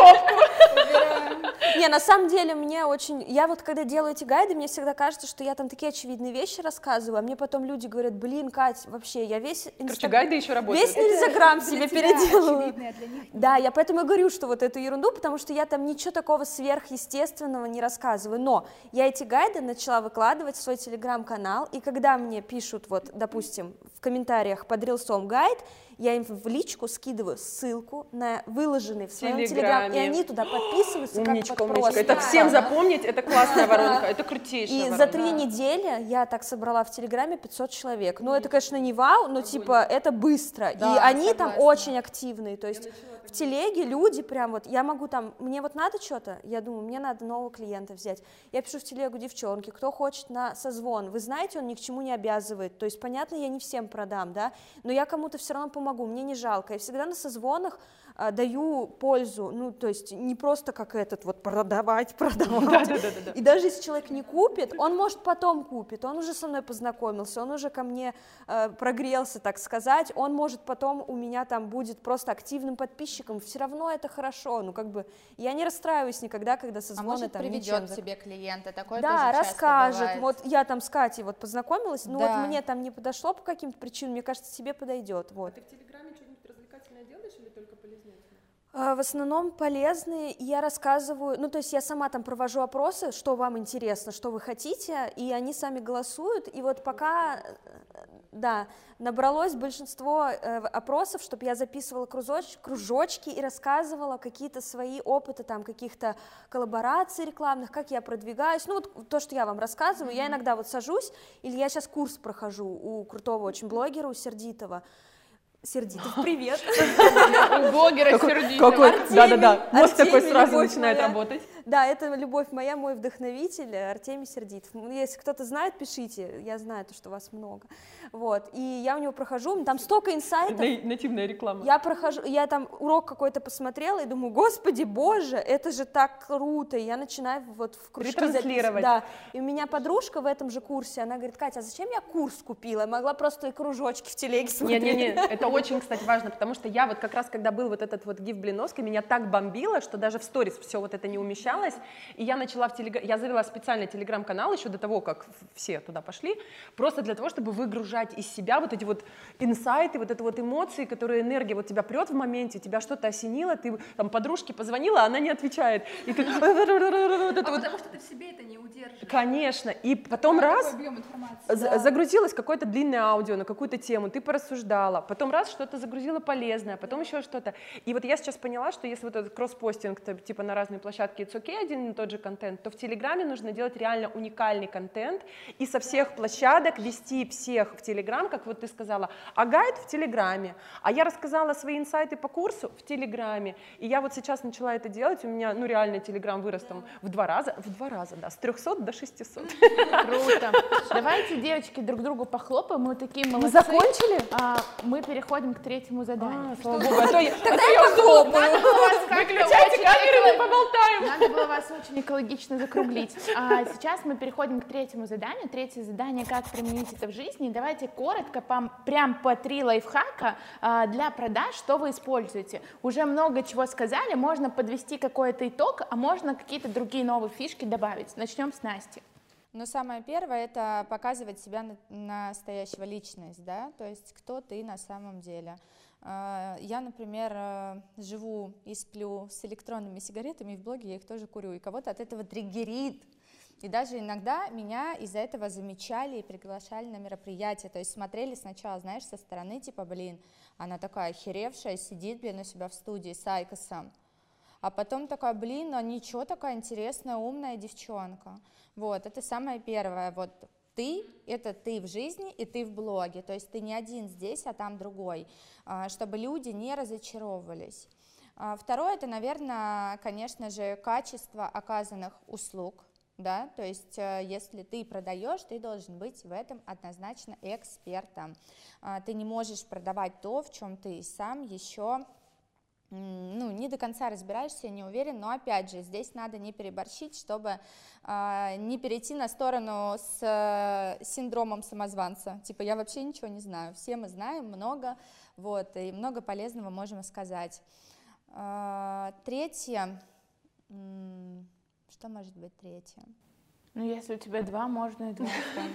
Не, на самом деле мне очень, я вот когда делаю эти гайды, мне всегда кажется, что я там такие очевидные вещи рассказываю, а мне потом люди говорят: блин, Кать, вообще я весь Короче, инстаграм, гайды еще работают. весь инстаграм себе переделала. Очевидное для них. Да, я поэтому и говорю, что вот эту ерунду, потому что я там ничего такого сверхъестественного не рассказываю, но я эти гайды начала выкладывать в свой телеграм-канал, и когда мне пишут, вот, допустим, в комментариях под рилсом гайд, я им в личку скидываю ссылку на выложенный в своем телеграм, и они туда подписываются. Умничка, как вот вороночка. Это да. всем запомнить, это классная воронка, это крутейшая И воронка. за три недели я так собрала в Телеграме пятьсот человек. Ну, это, конечно, не вау, но, типа, это быстро. И Да, они согласна. там очень активные. То есть в телеге люди прям вот, я могу там, мне вот надо что-то, я думаю, мне надо нового клиента взять. Я пишу в телегу: девчонки, кто хочет на созвон, вы знаете, он ни к чему не обязывает. То есть, понятно, я не всем продам, да, но я кому-то все равно помогу, мне не жалко. Я всегда на созвонах а, даю пользу, ну, то есть не просто как этот вот продавать, продавать. И даже если человек не купит, он, может, потом купит, он уже со мной познакомился, он уже ко мне э, прогрелся, так сказать, он, может, потом у меня там будет просто активным подписчиком, все равно это хорошо, ну, как бы, я не расстраиваюсь никогда, когда А созвоны может, там приведет ничем к зак- себе клиента, такое Да, тоже часто расскажет, бывает. вот я там с Катей вот познакомилась, ну, Да. вот мне там не подошло по каким-то причинам, мне кажется, тебе подойдет, вот. Ты в Телеграме что-нибудь развлекательное делаешь или только полезное? А, В основном полезные, и я рассказываю, ну, то есть я сама там провожу опросы, что вам интересно, что вы хотите, и они сами голосуют, и вот пока, э, да, набралось большинство э, опросов, чтобы я записывала кружоч- кружочки и рассказывала какие-то свои опыты, там, каких-то коллабораций рекламных, как я продвигаюсь, ну, вот то, что я вам рассказываю, я иногда вот сажусь, или я сейчас курс прохожу у крутого очень блогера, у Сердитова, Сердитов, привет! У блогера сердито. Какой, да-да-да, мозг Артемий, такой сразу любовь начинает моя. работать. Да, это любовь моя, мой вдохновитель Артемий Сердитов. Ну, если кто-то знает, пишите, я знаю, то, что вас много. Вот, и я у него прохожу, там столько инсайтов. Нативная реклама. Я прохожу, я там урок какой-то посмотрела и думаю: господи, боже, это же так круто. И я начинаю вот в кружки Ретранслировать. записывать. Да. И у меня подружка в этом же курсе, она говорит: Катя, а зачем я курс купила? Я могла просто и кружочки в телеге смотреть. Не-не-не, это очень, кстати, важно, потому что я вот как раз, когда был вот этот вот гиф Блиновской, меня так бомбило, что даже в сторис все вот это не умещалось, и я начала в телеграм, я завела специальный телеграм-канал еще до того, как все туда пошли, просто для того, чтобы выгружать из себя вот эти вот инсайты, вот это вот эмоции, которые энергия вот тебя прет в моменте, тебя что-то осенило, ты там подружке позвонила, она не отвечает, и ты... Потому что ты в себе это не удержишь. Конечно, и потом раз... Такой объем информации. З- Загрузилось какое-то длинное аудио на какую-то тему, ты порассуждала, потом раз что-то загрузила полезное, потом еще что-то. И вот я сейчас поняла, что если вот этот кросс-постинг то, типа на разные площадки it's okay, один и тот же контент, то в Телеграме нужно делать реально уникальный контент и со всех площадок вести всех в Телеграм, как вот ты сказала, а гайд в Телеграме, а я рассказала свои инсайты по курсу в Телеграме. И я вот сейчас начала это делать, у меня, ну, реально Телеграм вырос там в два раза, в два раза, да, с трехсот до шестисот. Круто. Давайте, девочки, друг другу похлопаем, мы такие молодцы. Закончили? А, мы переходим к третьему заданию. А, слава богу, а то я, а то я жду. Надо было вас как-то Выключайте очень камеры, мы эко- поболтаем. Надо было вас очень экологично закруглить. А сейчас мы переходим к третьему заданию. Третье задание: как применить это в жизни. Давайте коротко, пам- прям по три лайфхака а, для продаж, что вы используете. Уже много чего сказали, можно подвести какой-то итог, а можно какие-то другие новые фишки добавить. Начнем с Насти. Ну, самое первое — это показывать себя на- настоящего, личность, да, то есть кто ты на самом деле. А, Я, например, э, живу и сплю с электронными сигаретами, и в блоге я их тоже курю, и кого-то от этого триггерит. И даже иногда меня из-за этого замечали и приглашали на мероприятия, то есть смотрели сначала, знаешь, со стороны, типа, блин, она такая охеревшая, сидит, блин, у себя в студии с Айкосом. А потом такая: блин, а ничего, такая интересная, умная девчонка. Вот, это самое первое. Вот ты — это ты в жизни и ты в блоге. То есть ты не один здесь, а там другой, а, чтобы люди не разочаровывались. А, Второе — это, наверное, конечно же, качество оказанных услуг. Да? То есть э, если ты продаешь, ты должен быть в этом однозначно экспертом. А, Ты не можешь продавать то, в чем ты сам еще ну, не до конца разбираешься, не уверен, но опять же, здесь надо не переборщить, чтобы э, не перейти на сторону с э, синдромом самозванца, типа я вообще ничего не знаю, все мы знаем много, вот, и много полезного можем сказать. Э, третье, м, что может быть третье? Ну, если у тебя два, можно и два.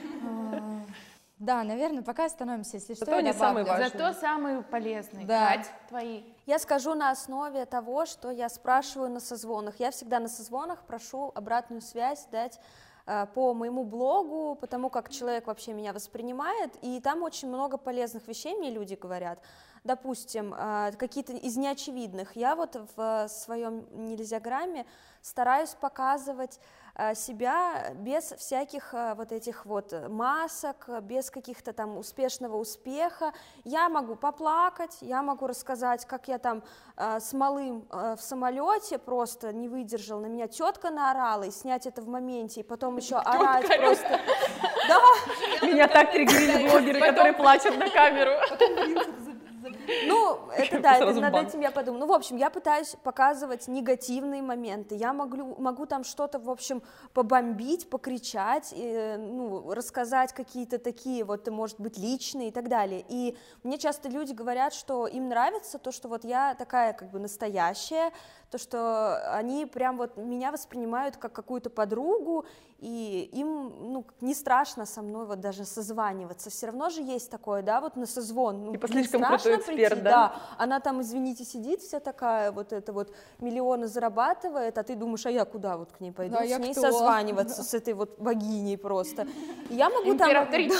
Да, наверное, пока остановимся, если что, Зато я не самый добавлю. важный. Зато самый полезный. Да. Кать, твои. Я скажу на основе того, что я спрашиваю на созвонах. Я всегда на созвонах прошу обратную связь дать э, по моему блогу, потому как человек вообще меня воспринимает, и там очень много полезных вещей мне люди говорят. допустим, какие-то из неочевидных. Я вот в своем нельзяграмме стараюсь показывать себя без всяких вот этих вот масок, без каких-то там успешного успеха. Я могу поплакать, я могу рассказать, как я там с малым в самолете просто не выдержал, на меня тетка наорала, и снять это в моменте, и потом еще орать просто. Да. Меня так триггерили блогеры, которые плачут на камеру. Ну, это да, это, над этим я подумала. Ну, в общем, я пытаюсь показывать негативные моменты. Я могу, могу там что-то, в общем, побомбить, покричать, и, ну, рассказать какие-то такие вот, может быть, личные и так далее. И мне часто люди говорят, что им нравится то, что вот я такая как бы настоящая, то, что они прям вот меня воспринимают как какую-то подругу, и им, ну, не страшно со мной вот даже созваниваться. Все равно же есть такое, да, вот на созвон. Ну, типа слишком страшно крутой эксперт, прийти, да? Да. Она там, извините, сидит вся такая, вот это вот, миллионы зарабатывает, а ты думаешь, а я куда вот к ней пойду, Да, с я ней кто? созваниваться, с этой вот богиней просто. И я могу там...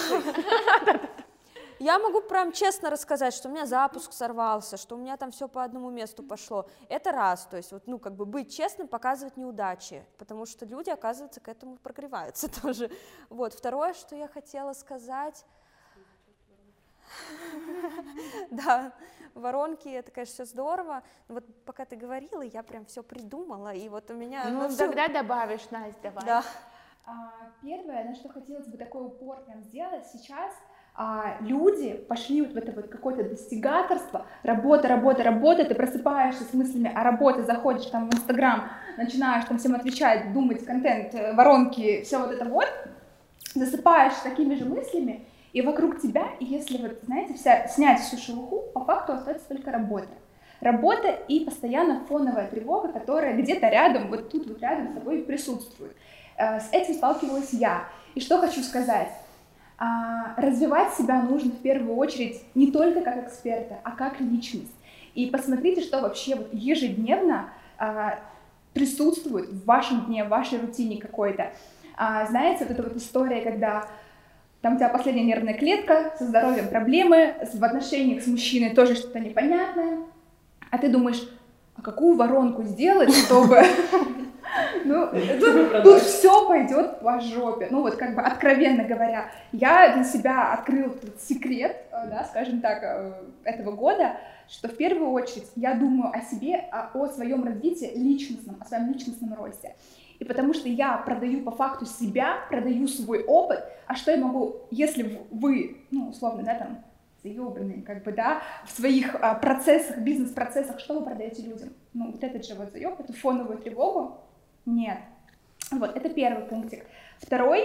Я могу прям честно рассказать, что у меня запуск сорвался, что у меня там все по одному месту пошло. Это раз, то есть вот, ну, как бы быть честным, показывать неудачи, потому что люди, оказывается, к этому прогреваются тоже. Вот, второе, что я хотела сказать... Да, воронки, это, конечно, все здорово. Но вот пока ты говорила, я прям все придумала, и вот у меня... Ну, всё... тогда добавишь, Настя, давай. Да. Первое, на что хотелось бы такой упор прям сделать сейчас, а, люди пошли вот в это вот какое-то достигаторство, работа, работа, работа, ты просыпаешься с мыслями о работе, заходишь там в Инстаграм, начинаешь там всем отвечать, думать, контент, воронки, все вот это вот, засыпаешь с такими же мыслями, и вокруг тебя, и если вот, знаете, вся, снять всю шелуху, по факту остается только работа. Работа и постоянно фоновая тревога, которая где-то рядом, вот тут вот рядом с тобой присутствует. С этим сталкивалась я. И что хочу сказать. Развивать себя нужно в первую очередь не только как эксперта, а как личность. И посмотрите, что вообще вот ежедневно а, присутствует в вашем дне, в вашей рутине какой-то. А, знаете, вот эта вот история, когда там у тебя последняя нервная клетка, со здоровьем проблемы, в отношениях с мужчиной тоже что-то непонятное, а ты думаешь, а какую воронку сделать, чтобы... Ну, тут, тут все пойдет по жопе. Ну, вот как бы откровенно говоря, я для себя открыла этот секрет, да, скажем так, этого года, что в первую очередь я думаю о себе, о, о своем развитии личностном, о своем личностном росте. И потому что я продаю по факту себя, продаю свой опыт, а что я могу, если вы, ну, условно, да, там, заебанные, как бы, да, в своих а, процессах, бизнес-процессах, что вы продаете людям? Ну, вот этот же вот заеб, эту фоновую тревогу. Нет. Вот, это первый пунктик. Второй,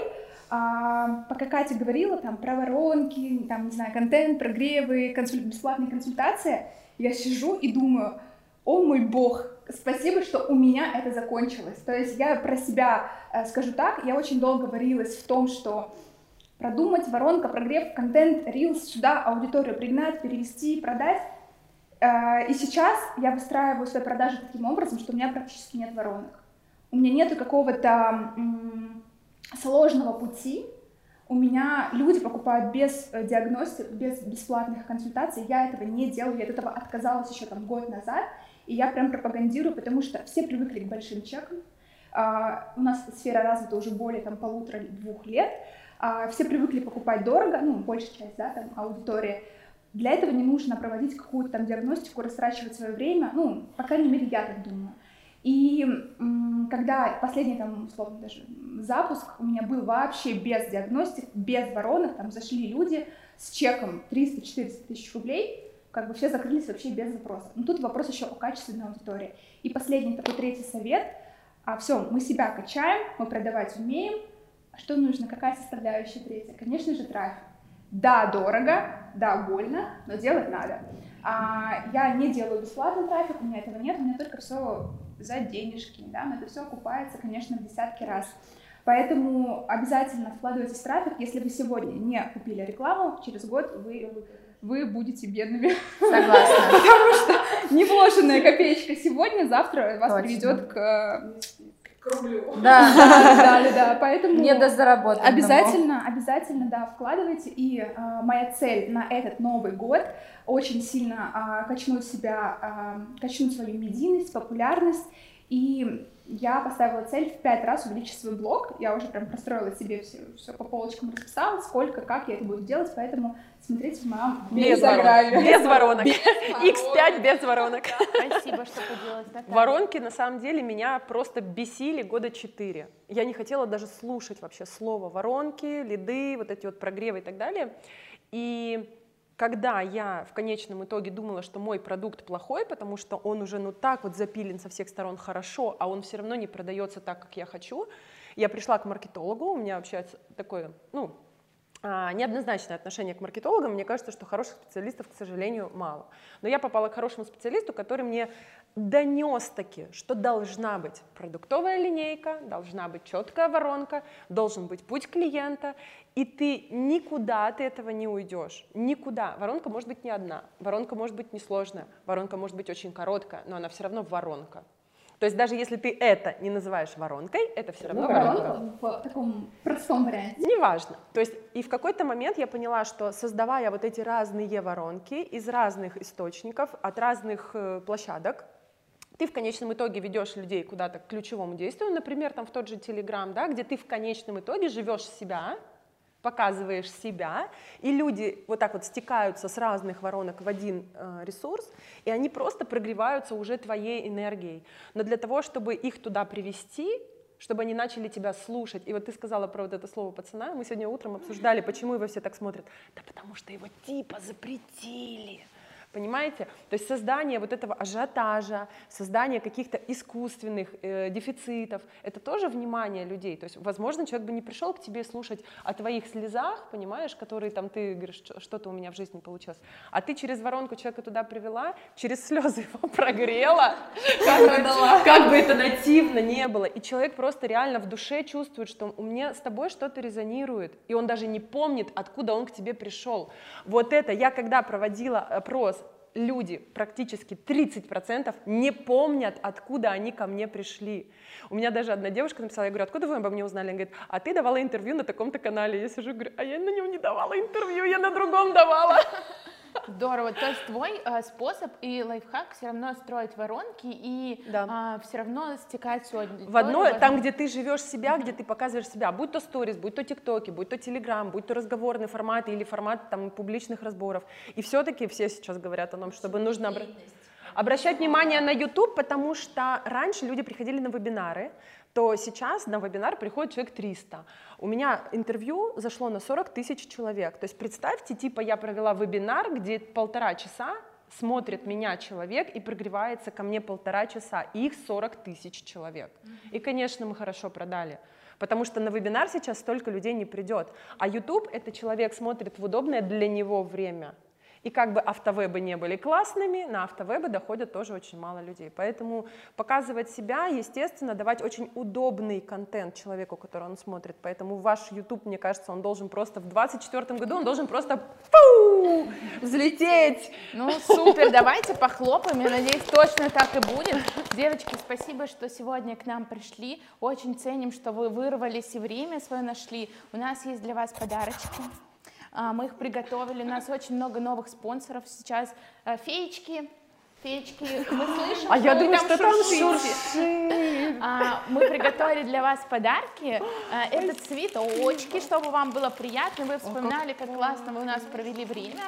а, пока Катя говорила там про воронки, там, не знаю, контент, прогревы, консуль... бесплатные консультации, я сижу и думаю, о мой бог, спасибо, что у меня это закончилось. То есть я про себя э, скажу так, я очень долго варилась в том, что продумать, воронка, прогрев, контент, рилс, сюда аудиторию пригнать, перевести, продать. Э, и сейчас я выстраиваю свои продажи таким образом, что у меня практически нет воронок. У меня нету какого-то м- сложного пути, у меня люди покупают без диагностики, без бесплатных консультаций, я этого не делаю, я от этого отказалась еще там год назад, и я прям пропагандирую, потому что все привыкли к большим чекам, а, у нас сфера развита уже более там полутора-двух лет, а, все привыкли покупать дорого, ну, большая часть, да, там, аудитории. Для этого не нужно проводить какую-то там диагностику, растрачивать свое время, ну, по крайней мере, я так думаю. И м, когда последний, там, условно, даже запуск у меня был вообще без диагностики, без воронок, там зашли люди с чеком триста-четыреста тысяч рублей, как бы все закрылись вообще без запроса. Но тут вопрос еще о качественной аудитории. И последний такой третий совет. А все, мы себя качаем, мы продавать умеем. А что нужно? Какая составляющая третья? Конечно же, трафик. Да, дорого, да, больно, но делать надо. А, я не делаю бесплатный трафик, у меня этого нет, у меня только все за денежки, да, но это все окупается, конечно, в десятки раз. Поэтому обязательно вкладывайтесь в трафик. Если вы сегодня не купили рекламу, через год вы, вы будете бедными. Согласна. Потому что невложенная копеечка сегодня, завтра вас Точно. приведет к к рублю. Да, Да, да, да, поэтому не дозаработать. обязательно, обязательно, да, вкладывайте. И э, моя цель на этот Новый год очень сильно э, качнуть себя, э, качнуть свою медийность, популярность. И я поставила цель в пять раз увеличить свой блог. Я уже прям простроила себе все, все по полочкам, расписала, сколько, как я это буду делать, поэтому смотрите в моем Без инстаграме. воронок. Без воронок. икс пять без воронок. Спасибо, что поделилась, Наталья. Воронки, на самом деле, меня просто бесили года четыре. Я не хотела даже слушать вообще слово воронки, лиды, вот эти вот прогревы и так далее. И когда я в конечном итоге думала, что мой продукт плохой, потому что он уже ну так вот запилен со всех сторон хорошо, а он все равно не продается так, как я хочу, я пришла к маркетологу, у меня вообще такое, ну, неоднозначное отношение к маркетологам. Мне кажется, что хороших специалистов, к сожалению, мало. Но я попала к хорошему специалисту, который мне донес таки, что должна быть продуктовая линейка, должна быть четкая воронка, должен быть путь клиента, и ты никуда от этого не уйдешь, никуда. Воронка может быть не одна, воронка может быть несложная, воронка может быть очень короткая, но она все равно воронка. То есть даже если ты это не называешь воронкой, это все равно Ну, воронка. воронка в таком простом варианте. Неважно. То есть и в какой-то момент я поняла, что создавая вот эти разные воронки из разных источников, от разных э, площадок, ты в конечном итоге ведешь людей куда-то к ключевому действию, например, там в тот же Telegram, да, где ты в конечном итоге живешь себя, показываешь себя, и люди вот так вот стекаются с разных воронок в один э, ресурс, и они просто прогреваются уже твоей энергией. Но для того, чтобы их туда привести, чтобы они начали тебя слушать, и вот ты сказала про вот это слово пацана, мы сегодня утром обсуждали, почему его все так смотрят. Да потому что его типа запретили. Понимаете? То есть создание вот этого ажиотажа, создание каких-то искусственных э, дефицитов, это тоже внимание людей. То есть, возможно, человек бы не пришел к тебе слушать о твоих слезах, понимаешь, которые там ты говоришь, что-то у меня в жизни не получилось. А ты через воронку человека туда привела, через слезы его прогрела, как бы это нативно не было. И человек просто реально в душе чувствует, что у меня с тобой что-то резонирует, и он даже не помнит, откуда он к тебе пришел. Вот это я когда проводила опрос, люди, практически тридцать процентов, не помнят, откуда они ко мне пришли. У меня даже одна девушка написала, я говорю, откуда вы обо мне узнали? Она говорит, а ты давала интервью на таком-то канале. Я сижу, говорю, а я на нем не давала интервью, я на другом давала. Здорово, то есть твой э, способ и лайфхак все равно строить воронки и да. э, все равно стекать все в одно, там, где ты живешь себя, где ты показываешь себя, будь то сторис, будь то тиктоки, будь то телеграм, будь то разговорные форматы или формат там публичных разборов. И все-таки все сейчас говорят о том, чтобы нужно обра- обращать внимание на YouTube, потому что раньше люди приходили на вебинары, то сейчас на вебинар приходит человек триста. У меня интервью зашло на сорок тысяч человек. То есть представьте, типа я провела вебинар, где полтора часа смотрит меня человек и прогревается ко мне полтора часа, и их сорок тысяч человек. И, конечно, мы хорошо продали. Потому что на вебинар сейчас столько людей не придет. А YouTube — это человек смотрит в удобное для него время. И как бы автовебы не были классными, на автовебы доходят тоже очень мало людей. Поэтому показывать себя, естественно, давать очень удобный контент человеку, который он смотрит. Поэтому ваш YouTube, мне кажется, он должен просто в двадцать четвёртом году, он должен просто фу, взлететь. Ну, супер, давайте похлопаем, я надеюсь, точно так и будет. Девочки, спасибо, что сегодня к нам пришли. Очень ценим, что вы вырвались и время свое нашли. У нас есть для вас подарочки. Мы их приготовили, у нас очень много новых спонсоров сейчас. Феечки, феечки, мы слышим, а что я вы думаю, там что там шуршите. шуршит. А, мы приготовили для вас подарки. А, это цветочки, чтобы вам было приятно, вы вспоминали, как классно вы у нас провели время.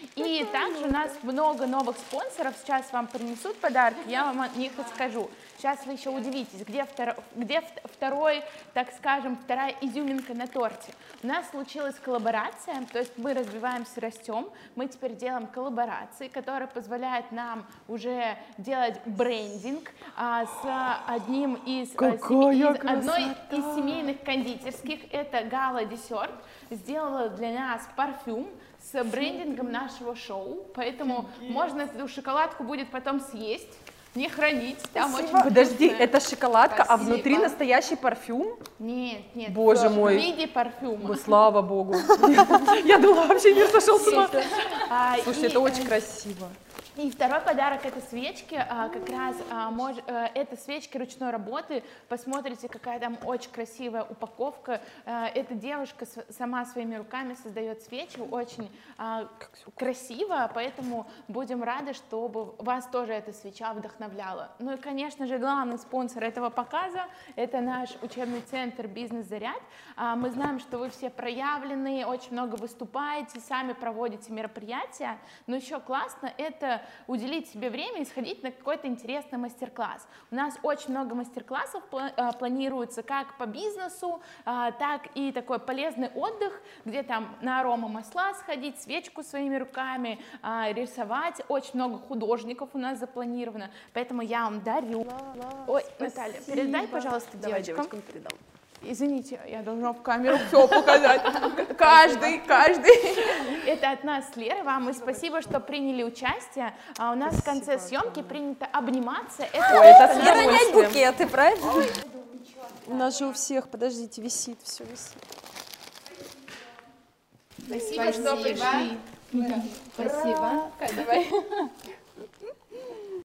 И также у нас много новых спонсоров, сейчас вам принесут подарки, я вам о них расскажу. Сейчас вы еще удивитесь, где, втор... где второй, так скажем, вторая изюминка на торте. У нас случилась коллаборация, то есть мы развиваемся, растем, мы теперь делаем коллаборации, которые позволяют нам уже делать брендинг а, с одним из, а, семи... из одной из семейных кондитерских, это Гала Десерт, сделала для нас парфюм с брендингом нашего шоу, поэтому можно эту шоколадку будет потом съесть, не хранить, там очень Подожди, вкусная. это шоколадка, Спасибо. А внутри настоящий парфюм? Нет, нет, Боже в мой. виде парфюма. Слава богу. Я думала, вообще мир сошел с ума. А, Слушайте, и, это очень э, красиво. И второй подарок — это свечки, а, как раз а, мож, а, это свечки ручной работы. Посмотрите, какая там очень красивая упаковка. А, эта девушка с, сама своими руками создает свечи, очень а, красиво, поэтому будем рады, чтобы вас тоже эта свеча вдохновляла. Ну и, конечно же, главный спонсор этого показа — это наш учебный центр «Бизнес-заряд». А, мы знаем, что вы все проявленные, очень много выступаете, сами проводите мероприятия, но еще классно — это уделить себе время и сходить на какой-то интересный мастер-класс. У нас очень много мастер-классов планируется как по бизнесу, так и такой полезный отдых, где там на аромамасла сходить, свечку своими руками, рисовать. Очень много художников у нас запланировано, поэтому я вам дарю. Ой, Наталья, передай, пожалуйста, Давай девочкам. девочкам передам. Извините, я должна в камеру все показать. Каждый, каждый. Это от нас с Лерой. Вам и спасибо, что приняли участие. А у нас в конце съемки принято обниматься. Это Ой, это с И ронять удовольствием. букеты, правильно? У нас же у всех, подождите, висит, все висит. Спасибо, что пришли. Спасибо.